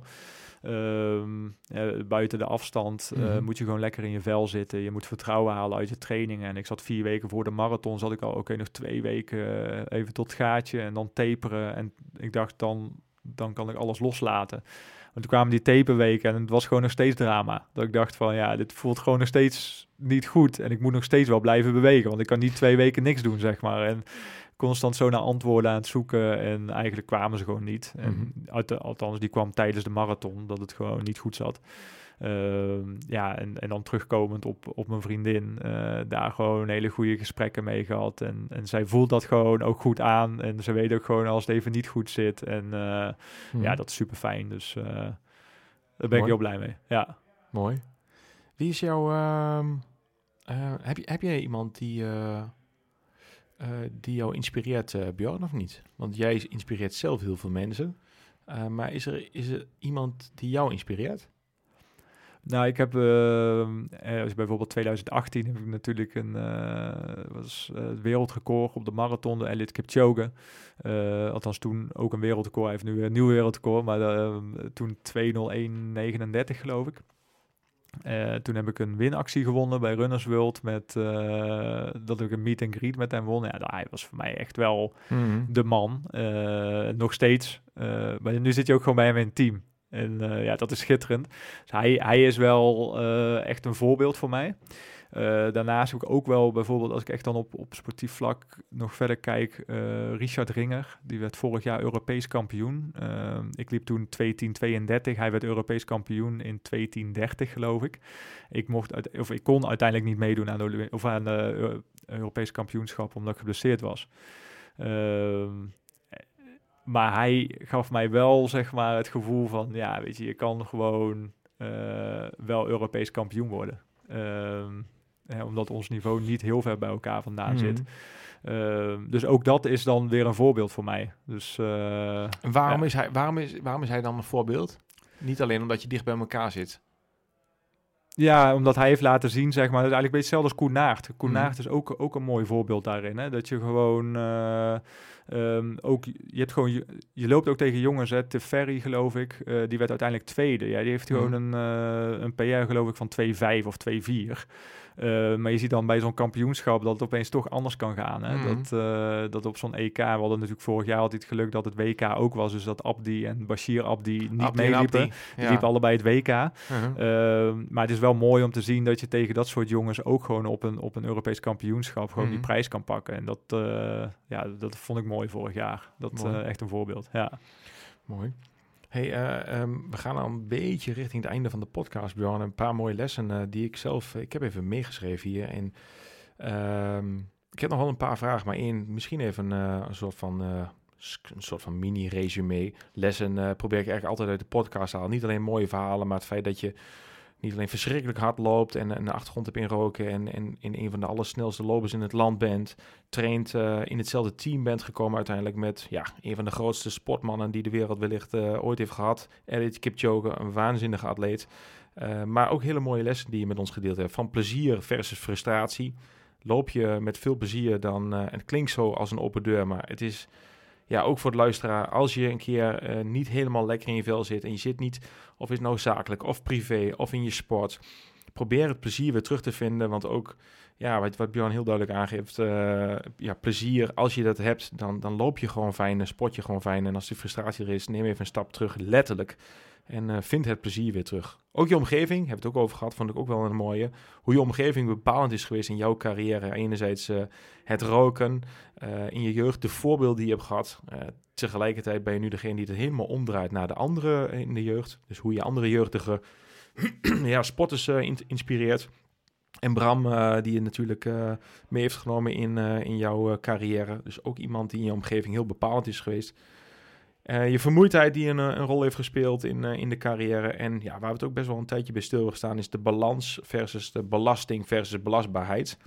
Um, uh, buiten de afstand uh, mm-hmm. moet je gewoon lekker in je vel zitten. Je moet vertrouwen halen uit je trainingen. En ik zat vier weken voor de marathon, zat ik al, oké, okay, nog twee weken uh, even tot het gaatje en dan taperen. En ik dacht, dan, dan kan ik alles loslaten. En toen kwamen die taperweken en het was gewoon nog steeds drama. Dat ik dacht van, ja, dit voelt gewoon nog steeds niet goed. En ik moet nog steeds wel blijven bewegen, want ik kan niet twee weken niks doen, zeg maar. En constant zo naar antwoorden aan het zoeken en eigenlijk kwamen ze gewoon niet. En mm-hmm. uit de, althans, die kwam tijdens de marathon, dat het gewoon niet goed zat. Uh, ja, en, en dan terugkomend op, op mijn vriendin, uh, daar gewoon hele goede gesprekken mee gehad. En, en zij voelt dat gewoon ook goed aan. En ze weet ook gewoon als het even niet goed zit. En uh, hmm. ja, dat is super fijn. Dus uh, daar ben Mooi. ik heel blij mee. Ja. Mooi. Wie is jouw... Uh, uh, heb, je, heb jij iemand die, uh, uh, die jou inspireert, uh, Björn, of niet? Want jij inspireert zelf heel veel mensen. Uh, maar is er, is er iemand die jou inspireert? Nou, ik heb uh, uh, bijvoorbeeld twintig achttien heb ik natuurlijk een uh, was uh, het wereldrecord op de marathon, de Eliud Kipchoge. Uh, althans toen ook een wereldrecord. Hij heeft nu een nieuw wereldrecord, maar uh, toen twee nul een negenendertig geloof ik. Uh, toen heb ik een winactie gewonnen bij Runners World met uh, dat ik een meet and greet met hem won. Ja, nou, hij was voor mij echt wel mm-hmm. de man. Uh, nog steeds. Uh, maar nu zit je ook gewoon bij hem in het team. En uh, ja, dat is schitterend. Dus hij, hij is wel uh, echt een voorbeeld voor mij. Uh, daarnaast heb ik ook wel bijvoorbeeld, als ik echt dan op, op sportief vlak nog verder kijk, uh, Richard Ringer, die werd vorig jaar Europees kampioen. Uh, ik liep toen twee tien tweeëndertig, hij werd Europees kampioen in twee tien dertig, geloof ik. Ik, mocht uit, of ik kon uiteindelijk niet meedoen aan de, of aan de uh, Europese kampioenschap, omdat ik geblesseerd was. Uh, maar hij gaf mij wel, zeg maar, het gevoel van, ja, weet je, je kan gewoon uh, wel Europees kampioen worden. Uh, Ja, omdat ons niveau niet heel ver bij elkaar vandaan mm. zit. Uh, dus ook dat is dan weer een voorbeeld voor mij. Dus, uh, en waarom, ja. is hij, waarom, is, waarom is hij dan een voorbeeld? Niet alleen omdat je dicht bij elkaar zit. Ja, omdat hij heeft laten zien, zeg maar, dat is eigenlijk een beetje hetzelfde als Koen Naert. Koen Mm. Naert is ook, ook een mooi voorbeeld daarin. Hè? Dat je gewoon, uh, um, ook, je hebt gewoon, je, je loopt ook tegen jongens, hè, Te Ferry, geloof ik, uh, die werd uiteindelijk tweede. Ja, die heeft mm. gewoon een, uh, een P R, geloof ik, van twee vijf of twee vier. Uh, maar je ziet dan bij zo'n kampioenschap dat het opeens toch anders kan gaan. Hè? Mm. Dat, uh, dat op zo'n E K, we hadden natuurlijk vorig jaar altijd het geluk dat het W K ook was. Dus dat Abdi en Bashir Abdi niet Abdi meeliepen. Abdi, Die ja. liepen allebei het W K. Uh-huh. Uh, maar het is wel mooi om te zien dat je tegen dat soort jongens ook gewoon op een, op een Europees kampioenschap gewoon mm. die prijs kan pakken. En dat, uh, ja, dat vond ik mooi vorig jaar. Dat uh, echt een voorbeeld. Ja. Mooi. Hey, uh, um, we gaan al een beetje richting het einde van de podcast, Bjorn. Een paar mooie lessen uh, die ik zelf... Ik heb even meegeschreven hier. En um, ik heb nog wel een paar vragen, maar één, misschien even uh, een soort van... Uh, een soort van mini-resume. Lessen uh, probeer ik eigenlijk altijd uit de podcast te halen. Niet alleen mooie verhalen, maar het feit dat je niet alleen verschrikkelijk hard loopt en een achtergrond hebt inroken en, en in een van de allersnelste lopers in het land bent, traint, uh, in hetzelfde team bent gekomen uiteindelijk met ja, een van de grootste sportmannen die de wereld wellicht uh, ooit heeft gehad. Eliud Kipchoge, een waanzinnige atleet. Uh, maar ook hele mooie lessen die je met ons gedeeld hebt. Van plezier versus frustratie. Loop je met veel plezier dan, uh, en het klinkt zo als een open deur, maar het is... Ja, ook voor het luisteraar, als je een keer uh, niet helemaal lekker in je vel zit en je zit niet, of is het nou zakelijk, of privé, of in je sport, probeer het plezier weer terug te vinden, want ook, ja, wat, wat Bjorn heel duidelijk aangeeft, uh, ja, plezier, als je dat hebt, dan, dan loop je gewoon fijn, dan sport je gewoon fijn en als die frustratie er is, neem even een stap terug, letterlijk, en uh, vind het plezier weer terug. Ook je omgeving, hebben we het ook over gehad, vond ik ook wel een mooie. Hoe je omgeving bepalend is geweest in jouw carrière. Enerzijds uh, het roken, uh, in je jeugd de voorbeelden die je hebt gehad. Uh, tegelijkertijd ben je nu degene die het helemaal omdraait naar de andere in de jeugd. Dus hoe je andere jeugdige ja, sporters uh, in- inspireert. En Bram, uh, die je natuurlijk uh, mee heeft genomen in, uh, in jouw uh, carrière. Dus ook iemand die in je omgeving heel bepalend is geweest. Uh, je vermoeidheid die een, een rol heeft gespeeld in, uh, in de carrière. En ja, waar we het ook best wel een tijdje bij stil hebben gestaan, is de balans versus de belasting versus belastbaarheid.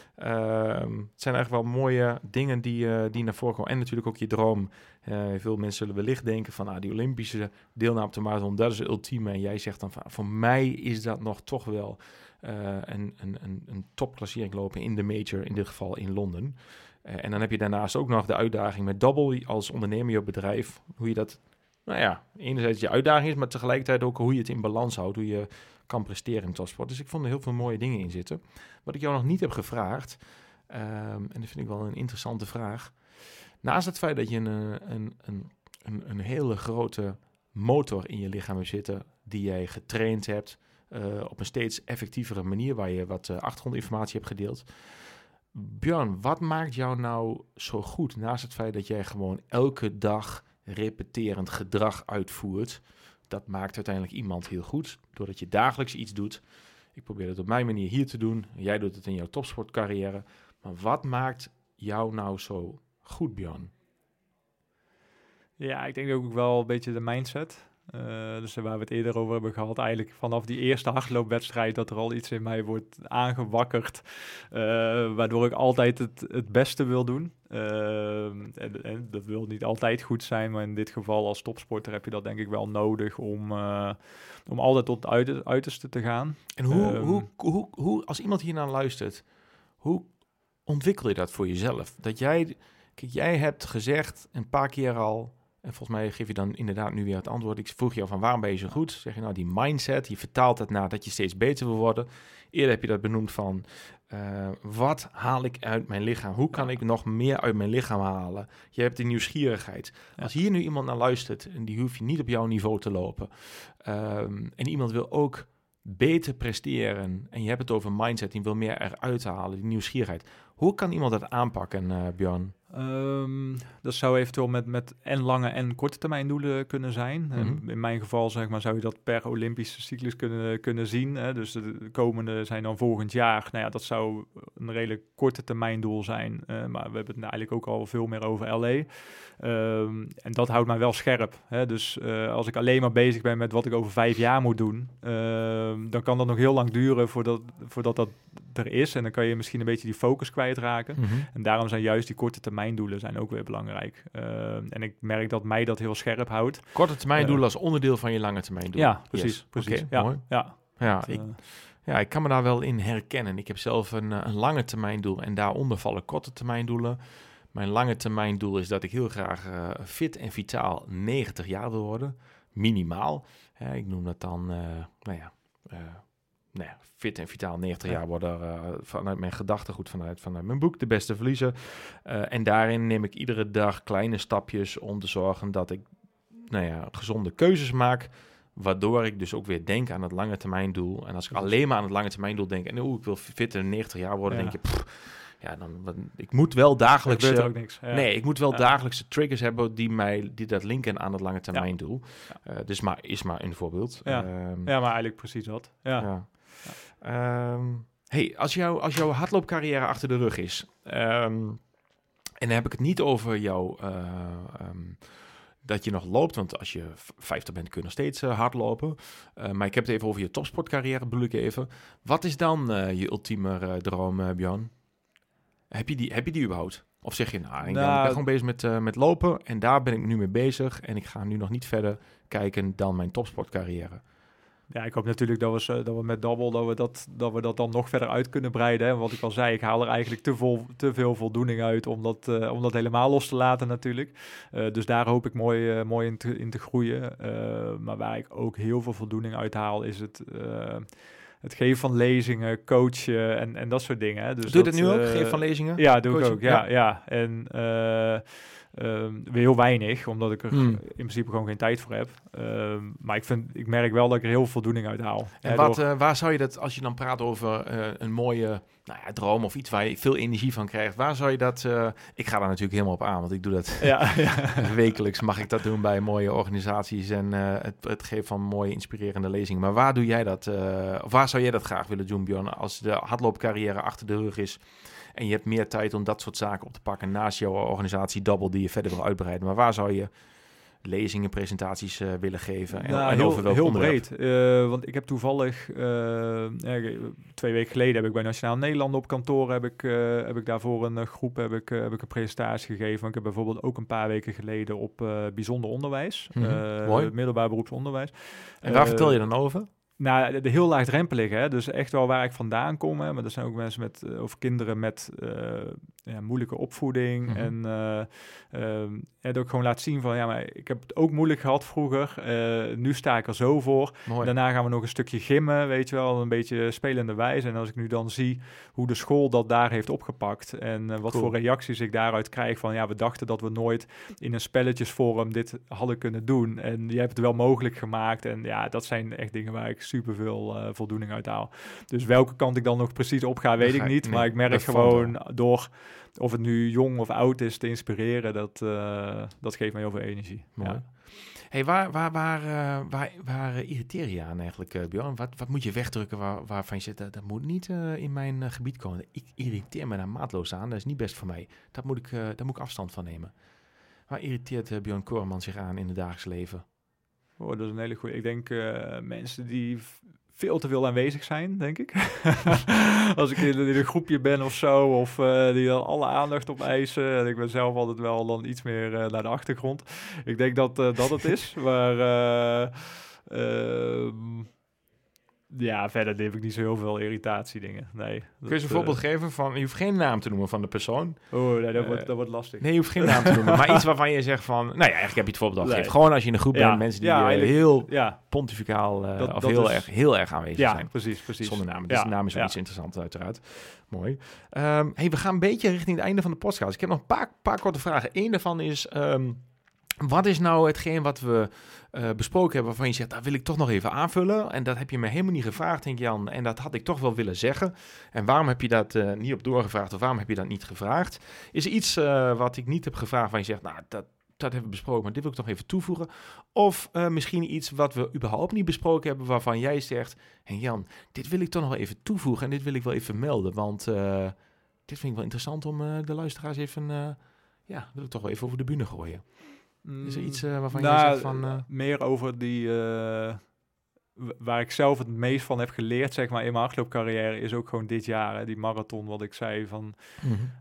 Uh, het zijn eigenlijk wel mooie dingen die, uh, die naar voren komen. En natuurlijk ook je droom. Uh, veel mensen zullen wellicht denken van ah, die Olympische deelname op de marathon, dat is het ultieme. En jij zegt dan van voor mij is dat nog toch wel uh, een, een, een, een topklassering lopen in de major, in dit geval in Londen. Uh, en dan heb je daarnaast ook nog de uitdaging met Double als ondernemer je bedrijf. Hoe je dat, nou ja, enerzijds je uitdaging is, maar tegelijkertijd ook hoe je het in balans houdt. Hoe je kan presteren in topsport. Dus ik vond er heel veel mooie dingen in zitten. Wat ik jou nog niet heb gevraagd, um, en dat vind ik wel een interessante vraag. Naast het feit dat je een, een, een, een, een hele grote motor in je lichaam hebt zitten, die jij getraind hebt, uh, op een steeds effectievere manier, waar je wat uh, achtergrondinformatie hebt gedeeld. Björn, wat maakt jou nou zo goed, naast het feit dat jij gewoon elke dag repeterend gedrag uitvoert? Dat maakt uiteindelijk iemand heel goed, doordat je dagelijks iets doet. Ik probeer het op mijn manier hier te doen. Jij doet het in jouw topsportcarrière. Maar wat maakt jou nou zo goed, Björn? Ja, ik denk ook wel een beetje de mindset. Uh, dus waar we het eerder over hebben gehad, eigenlijk vanaf die eerste hardloopwedstrijd, dat er al iets in mij wordt aangewakkerd, uh, waardoor ik altijd het, het beste wil doen. Uh, en, en dat wil niet altijd goed zijn, maar in dit geval als topsporter heb je dat denk ik wel nodig om, uh, om altijd tot het uiter, uiterste te gaan. En hoe, um, hoe, hoe, hoe, als iemand hier naar luistert, hoe ontwikkel je dat voor jezelf? Dat jij, kijk, jij hebt gezegd een paar keer al, en volgens mij geef je dan inderdaad nu weer het antwoord. Ik vroeg jou van waarom ben je zo goed? Zeg je nou die mindset, je vertaalt het naar dat je steeds beter wil worden. Eerder heb je dat benoemd van uh, wat haal ik uit mijn lichaam? Hoe kan ik nog meer uit mijn lichaam halen? Je hebt de nieuwsgierigheid. Ja. Als hier nu iemand naar luistert en die hoef je niet op jouw niveau te lopen. Um, en iemand wil ook beter presteren en je hebt het over mindset, die wil meer eruit halen, die nieuwsgierigheid. Hoe kan iemand dat aanpakken, uh, Björn? Um, dat zou eventueel met, met en lange en korte termijn doelen kunnen zijn. Mm-hmm. In mijn geval zeg maar, zou je dat per Olympische cyclus kunnen, kunnen zien. Hè? Dus de komende zijn dan volgend jaar. Nou ja, dat zou een redelijk korte termijn doel zijn. Uh, maar we hebben het eigenlijk ook al veel meer over L A. Um, en dat houdt mij wel scherp. Hè? Dus uh, als ik alleen maar bezig ben met wat ik over vijf jaar moet doen, uh, dan kan dat nog heel lang duren voordat, voordat dat er is. En dan kan je misschien een beetje die focus kwijtraken. Mm-hmm. En daarom zijn juist die korte termijn doelen zijn ook weer belangrijk. Uh, en ik merk dat mij dat heel scherp houdt. Korte termijn doelen uh, als onderdeel van je lange termijn doelen. Ja, precies. Yes. precies. Okay, ja, mooi. Ja, ja, dat, ik, uh, ja, ik kan me daar wel in herkennen. Ik heb zelf een, een lange termijn doel en daaronder vallen korte termijn doelen. Mijn lange termijn doel is dat ik heel graag uh, fit en vitaal negentig jaar wil worden. Minimaal. Ja, ik noem dat dan, uh, nou ja... Uh, Nou ja, fit en vitaal negentig ja. jaar worden uh, vanuit mijn gedachtegoed, vanuit, vanuit mijn boek De Beste Verliezen. Uh, en daarin neem ik iedere dag kleine stapjes om te zorgen dat ik nou ja, gezonde keuzes maak, waardoor ik dus ook weer denk aan het lange termijn doel. En als ik alleen maar aan het lange termijn doel denk en oeh, ik wil fit en negentig jaar worden, ja. denk je, pff, ja, dan wat, ik moet wel dagelijks. Er gebeurt ook niks. Ja. Nee, ik moet wel ja. dagelijkse triggers hebben die mij die dat linken aan het lange termijn ja. doel. Ja. Uh, dus maar is maar een voorbeeld. Ja. Um, ja, maar eigenlijk precies dat. Ja. ja. Ja. Um, hey, als, jou, als jouw hardloopcarrière achter de rug is, um, en dan heb ik het niet over jou uh, um, dat je nog loopt, want als je vijftig bent kun je nog steeds uh, hardlopen. Uh, maar ik heb het even over je topsportcarrière, bedoel ik even. Wat is dan uh, je ultieme uh, droom, uh, Björn? Heb je, die, heb je die überhaupt? Of zeg je, nou, ik ben, nou, ik ben gewoon bezig met, uh, met lopen en daar ben ik nu mee bezig en ik ga nu nog niet verder kijken dan mijn topsportcarrière? Ja, ik hoop natuurlijk dat we, dat we met Double dat we dat, dat we dat dan nog verder uit kunnen breiden. Hè? Wat ik al zei, ik haal er eigenlijk te, vol, te veel voldoening uit om dat, uh, om dat helemaal los te laten natuurlijk. Uh, dus daar hoop ik mooi, uh, mooi in, te, in te groeien. Uh, maar waar ik ook heel veel voldoening uit haal is het... Uh, Het geven van lezingen, coachen en, en dat soort dingen. Hè. Dus doe je dat, dat nu ook, uh, geven van lezingen? Ja, doe coachen? ik ook. Ja, ja. ja. En uh, um, weer heel weinig, omdat ik er hmm. in principe gewoon geen tijd voor heb. Um, maar ik, vind, ik merk wel dat ik er heel veel voldoening uit haal. En wat, door... uh, waar zou je dat, als je dan praat over uh, een mooie nou ja, droom of iets waar je veel energie van krijgt, waar zou je dat... Uh, ik ga daar natuurlijk helemaal op aan, want ik doe dat ja, ja. wekelijks. Mag ik dat doen bij mooie organisaties en uh, het, het geven van mooie inspirerende lezingen. Maar waar doe jij dat? Uh, of waar zou jij dat graag willen doen, Björn, als de hardloopcarrière achter de rug is en je hebt meer tijd om dat soort zaken op te pakken naast jouw organisatie Double die je verder wil uitbreiden. Maar waar zou je lezingen, presentaties uh, willen geven? En, nou, en heel, over welk heel onderwerp? breed. Uh, want ik heb toevallig, uh, twee weken geleden heb ik bij Nationaal Nederland op kantoor, heb ik, uh, heb ik daarvoor een uh, groep, heb ik, uh, heb ik een presentatie gegeven. Ik heb bijvoorbeeld ook een paar weken geleden op uh, bijzonder onderwijs, mm-hmm. uh, Mooi. middelbaar beroepsonderwijs. En waar uh, vertel je dan over? Nou, de, de heel laagdrempelig, hè. Dus echt wel waar ik vandaan kom. Hè. Maar er zijn ook mensen met, uh, of kinderen met uh, ja, moeilijke opvoeding. Mm-hmm. En, uh, uh, en ook gewoon laat zien van, ja, maar ik heb het ook moeilijk gehad vroeger. Uh, nu sta ik er zo voor. Mooi. Daarna gaan we nog een stukje gymmen, weet je wel. Een beetje spelende wijze. En als ik nu dan zie hoe de school dat daar heeft opgepakt. En uh, wat cool. voor reacties ik daaruit krijg van, ja, we dachten dat we nooit in een spelletjesforum dit hadden kunnen doen. En je hebt het wel mogelijk gemaakt. En ja, dat zijn echt dingen waar ik superveel uh, voldoening uit haal. Dus welke kant ik dan nog precies op ga, weet ik niet. Nee, maar ik merk gewoon door, of het nu jong of oud is, te inspireren, dat, uh, dat geeft me heel veel energie. Mooi. Ja. Hey, waar, waar, waar, uh, waar, waar uh, irriteer je aan eigenlijk, uh, Björn? Wat, wat moet je wegdrukken waar, waarvan je zegt, dat, dat moet niet uh, in mijn uh, gebied komen. Ik irriteer me daar maatloos aan, dat is niet best voor mij. Dat moet ik, uh, daar moet ik afstand van nemen. Waar irriteert uh, Björn Koreman zich aan in het dagelijks leven? Oh, dat is een hele goede. Ik denk uh, mensen die v- veel te veel aanwezig zijn, denk ik. Als ik in, in een groepje ben of zo, of uh, die dan alle aandacht opeisen. En ik ben zelf altijd wel dan iets meer uh, naar de achtergrond. Ik denk dat uh, dat het is. Maar uh, uh, ja, verder heb ik niet zo heel veel irritatie dingen. Nee. Kun je eens een voorbeeld uh, geven van, je hoeft geen naam te noemen van de persoon. Oh, nee, dat, uh, wordt, dat wordt lastig. Nee, je hoeft geen naam te noemen, maar iets waarvan je zegt van, nou ja, eigenlijk heb je het voorbeeld al gegeven. Nee. Gewoon als je in een groep ja. bent, mensen die ja, uh, heel ja. pontificaal uh, dat, of dat heel, is, erg, heel erg aanwezig ja, zijn. precies, precies. Zonder naam. Dus ja, de naam is ook ja. iets interessants uiteraard. Mooi. Um, hey, we gaan een beetje richting het einde van de podcast. Ik heb nog een paar, paar korte vragen. Eén daarvan is, um, Wat is nou hetgeen wat we uh, besproken hebben waarvan je zegt, dat wil ik toch nog even aanvullen. En dat heb je me helemaal niet gevraagd, denk Jan. En dat had ik toch wel willen zeggen. En waarom heb je dat uh, niet op doorgevraagd of waarom heb je dat niet gevraagd? Is er iets uh, wat ik niet heb gevraagd waar je zegt, nou, dat, dat hebben we besproken, maar dit wil ik nog even toevoegen. Of uh, misschien iets wat we überhaupt niet besproken hebben waarvan jij zegt, hey Jan, dit wil ik toch nog wel even toevoegen en dit wil ik wel even melden. Want uh, dit vind ik wel interessant om uh, de luisteraars even, uh, ja, wil ik toch wel even over de bühne gooien. Is er iets uh, waarvan nou, je zegt van... Uh... Meer over die... Uh, waar ik zelf het meest van heb geleerd, zeg maar, in mijn hardloopcarrière, is ook gewoon dit jaar, hè, die marathon, wat ik zei van... Mm-hmm.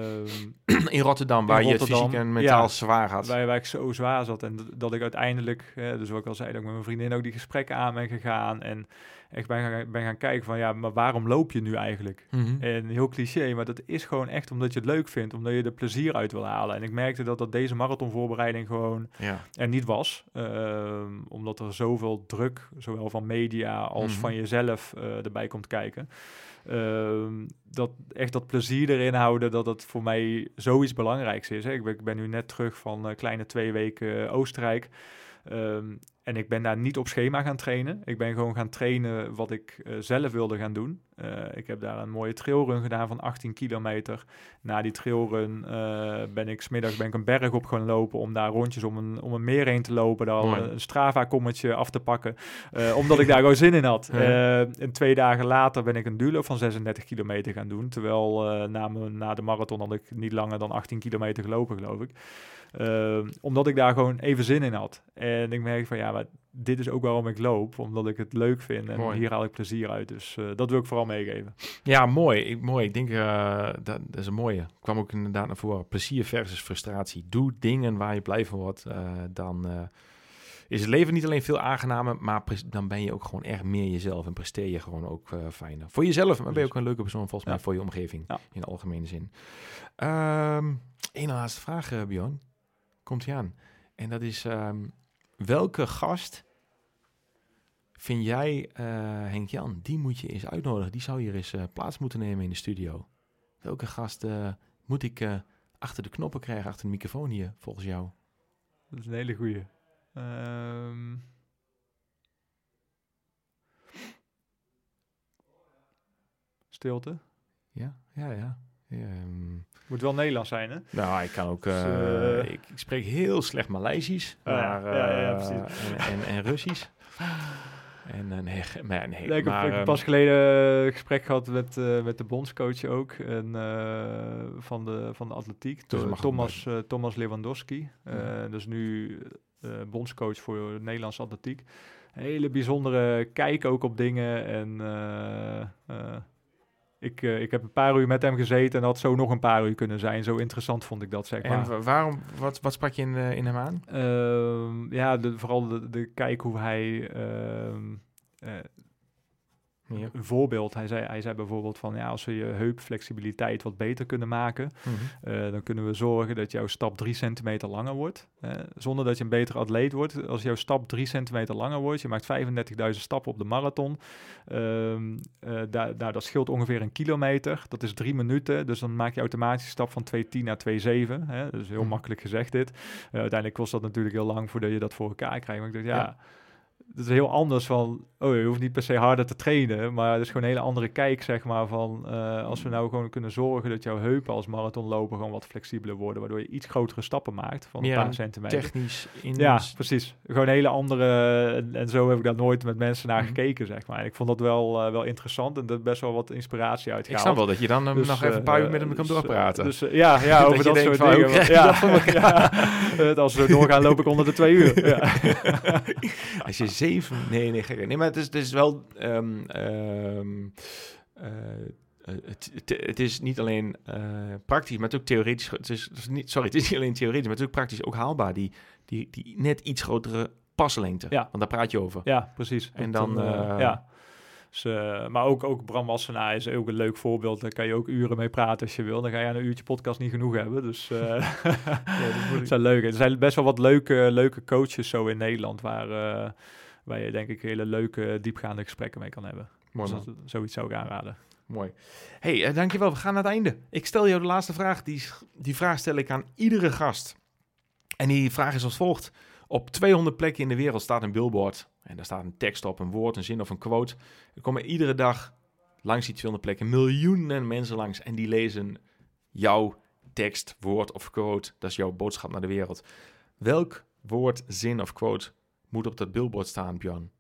Uh, in Rotterdam, waar in je Rotterdam, het fysiek en mentaal ja, zwaar had. Waar, waar ik zo zwaar zat en d- dat ik uiteindelijk, hè, dus wat ik al zei, dat ik met mijn vriendin ook die gesprekken aan ben gegaan en echt ben gaan, ben gaan kijken van, ja, maar waarom loop je nu eigenlijk? Mm-hmm. En heel cliché, maar dat is gewoon echt omdat je het leuk vindt, omdat je er plezier uit wil halen. En ik merkte dat dat deze marathonvoorbereiding gewoon ja. er niet was. Uh, omdat er zoveel druk, zowel van media als mm-hmm. van jezelf uh, erbij komt kijken. Uh, dat echt dat plezier erin houden, dat het voor mij zoiets belangrijks is. Hè. Ik, ben, ik ben nu net terug van een kleine twee weken Oostenrijk. Um, en ik ben daar niet op schema gaan trainen. Ik ben gewoon gaan trainen wat ik uh, zelf wilde gaan doen. Uh, ik heb daar een mooie trailrun gedaan van achttien kilometer. Na die trailrun uh, ben ik 's middags ben ik een berg op gaan lopen om daar rondjes om een, om een meer heen te lopen. Daar al een Strava-kommetje af te pakken. Uh, omdat ik daar gewoon zin in had. Ja. Uh, en twee dagen later ben ik een duurloop van zesendertig kilometer gaan doen. Terwijl uh, na, me, na de marathon had ik niet langer dan achttien kilometer gelopen, geloof ik. Uh, omdat ik daar gewoon even zin in had. En ik merk van ja, maar dit is ook waarom ik loop. Omdat ik het leuk vind. En mooi. Hier haal ik plezier uit. Dus uh, dat wil ik vooral meegeven. Ja, mooi. Ik, mooi. Ik denk uh, dat, dat is een mooie. Kwam ook inderdaad naar voren. Plezier versus frustratie. Doe dingen waar je blij van wordt. Uh, dan uh, is het leven niet alleen veel aangenamer. Maar pre- dan ben je ook gewoon echt meer jezelf. En presteer je gewoon ook uh, fijner. Voor jezelf. Maar ben je ook een leuke persoon volgens ja. mij voor je omgeving. Ja. In de algemene zin. Um, Eén laatste vraag, uh, Bjorn. Komt ie aan. En dat is, um, welke gast vind jij, uh, Henk-Jan, die moet je eens uitnodigen. Die zou hier eens uh, plaats moeten nemen in de studio. Welke gast uh, moet ik uh, achter de knoppen krijgen, achter de microfoon hier, volgens jou? Dat is een hele goeie. Um... Stilte? Ja, ja, ja. ja um... Moet wel Nederlands zijn, hè? Nou, ik kan ook... Uh, uh, ik, ik spreek heel slecht Maleisisch. Uh, maar, uh, ja, ja, ja, precies. En, en, en Russisch. En uh, nee, nee, nee, nee, ik maar, heb um, pas geleden een gesprek gehad met, uh, met de bondscoach ook. En, uh, van, de, van de atletiek. Dus Thomas, uh, Thomas Lewandowski. Uh, ja. Dus nu uh, bondscoach voor de Nederlandse atletiek. Een hele bijzondere kijk ook op dingen. En... Uh, uh, Ik, uh, ik heb een paar uur met hem gezeten en had zo nog een paar uur kunnen zijn. Zo interessant vond ik dat, zeg maar. En waarom, wat, wat sprak je in, uh, in hem aan? Uh, ja, de, vooral de, de kijk hoe hij... Uh, uh, ja. Een voorbeeld, hij zei, hij zei bijvoorbeeld van... ja, als we je heupflexibiliteit wat beter kunnen maken... Mm-hmm. Uh, dan kunnen we zorgen dat jouw stap drie centimeter langer wordt. Uh, zonder dat je een betere atleet wordt. Als jouw stap drie centimeter langer wordt... je maakt vijfendertigduizend stappen op de marathon... Uh, uh, daar, daar, dat scheelt ongeveer een kilometer. Dat is drie minuten. Dus dan maak je automatisch een stap van twee tien naar twee zeven. Hè? Dat is heel mm-hmm. makkelijk gezegd dit. Uh, uiteindelijk kost dat natuurlijk heel lang... voordat je dat voor elkaar krijgt. Maar ik dacht, ja... ja. Het is heel anders van, oh, je hoeft niet per se harder te trainen, maar het is gewoon een hele andere kijk, zeg maar, van uh, als we nou gewoon kunnen zorgen dat jouw heupen als marathonloper gewoon wat flexibeler worden, waardoor je iets grotere stappen maakt van ja, een paar centimeter. Technisch. In ja, precies. Gewoon een hele andere, en, en zo heb ik daar nooit met mensen naar mm. gekeken, zeg maar. En ik vond dat wel, uh, wel interessant en er best wel wat inspiratie uit. Ik snap wel dat je dan um, dus, nog even een paar uur met hem kan dus, doorpraten. Dus uh, ja, ja over dat, dat soort van, dingen. Ja, ja, ja. Als we doorgaan loop ik onder de twee uur. Ja. Als je zeven... Nee, nee, nee, nee, maar het is, het is wel... Um, um, uh, het, het, het is niet alleen uh, praktisch, maar het is ook theoretisch... Het is, het is niet, sorry, het is niet alleen theoretisch, maar het is ook praktisch ook haalbaar. Die, die, die net iets grotere paslengte. Ja. Want daar praat je over. Ja, precies. En dan... dan uh, uh, ja. Dus, uh, maar ook, ook Bram Wassenaar is ook een leuk voorbeeld. Daar kan je ook uren mee praten als je wil. Dan ga je aan een uurtje podcast niet genoeg hebben. Dus uh, ja, dat zijn leuk. Er zijn best wel wat leuke, leuke coaches zo in Nederland... waar, uh, waar je denk ik hele leuke, diepgaande gesprekken mee kan hebben. Mooi, dus dat, zoiets zou ik aanraden. Mooi. Hey, uh, dankjewel. We gaan naar het einde. Ik stel jou de laatste vraag. Die, die vraag stel ik aan iedere gast. En die vraag is als volgt. Op tweehonderd plekken in de wereld staat een billboard. En daar staat een tekst op, een woord, een zin of een quote. Er komen iedere dag langs die tweehonderd plekken miljoenen mensen langs. En die lezen jouw tekst, woord of quote. Dat is jouw boodschap naar de wereld. Welk woord, zin of quote moet op dat billboard staan, Björn?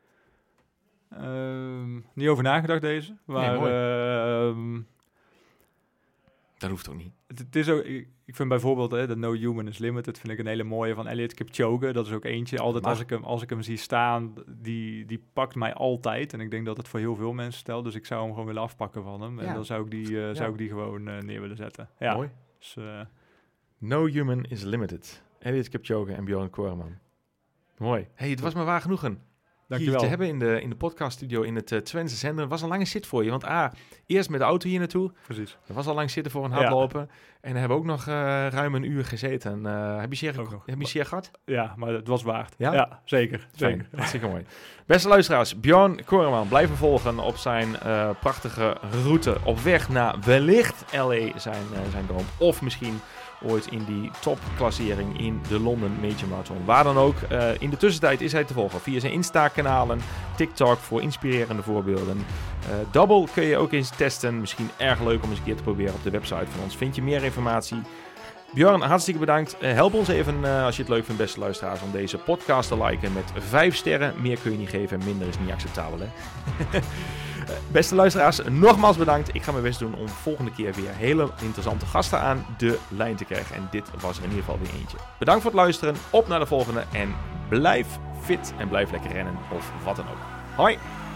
Uh, niet over nagedacht deze. Maar, nee, uh, dat hoeft ook niet. Het, het is ook, ik, ik vind bijvoorbeeld hè, de No Human is Limited vind ik een hele mooie van Eliud Kipchoge. Dat is ook eentje. Altijd als ik, hem, als ik hem zie staan, die, die pakt mij altijd. En ik denk dat het voor heel veel mensen stelt. Dus ik zou hem gewoon willen afpakken van hem. En ja. dan zou ik die, uh, ja. zou ik die gewoon uh, neer willen zetten. Ja. Mooi. Dus, uh, No Human is Limited. Eliud Kipchoge en Björn Koreman. Mooi. Hey, het was me waar genoegen. Hier te hebben in de, in de podcaststudio in het uh, Twentse Zender. Het was een lange zit voor je. Want A, eerst met de auto hier naartoe. Precies. Er was al lang zitten voor een hardlopen. Ja. En dan hebben we ook nog uh, ruim een uur gezeten. Uh, heb je zeer, ge- heb je zeer gehad? Ja, maar het was waard. Ja, ja zeker. zeker. Hartstikke mooi. Beste luisteraars, Björn Koreman blijven volgen op zijn uh, prachtige route op weg naar wellicht L A zijn, uh, zijn droom. Of misschien ooit in die topklassering in de London Major Marathon. Waar dan ook. Uh, in de tussentijd is hij te volgen via zijn Insta-kanalen, TikTok voor inspirerende voorbeelden. Uh, Double kun je ook eens testen. Misschien erg leuk om eens een keer te proberen op de website van ons. Vind je meer informatie? Björn, hartstikke bedankt. Uh, help ons even, uh, als je het leuk vindt, beste luisteraars, om deze podcast te liken met vijf sterren. Meer kun je niet geven, minder is niet acceptabel, hè? Beste luisteraars, nogmaals bedankt. Ik ga mijn best doen om volgende keer weer hele interessante gasten aan de lijn te krijgen. En dit was er in ieder geval weer eentje. Bedankt voor het luisteren. Op naar de volgende. En blijf fit en blijf lekker rennen of wat dan ook. Hoi!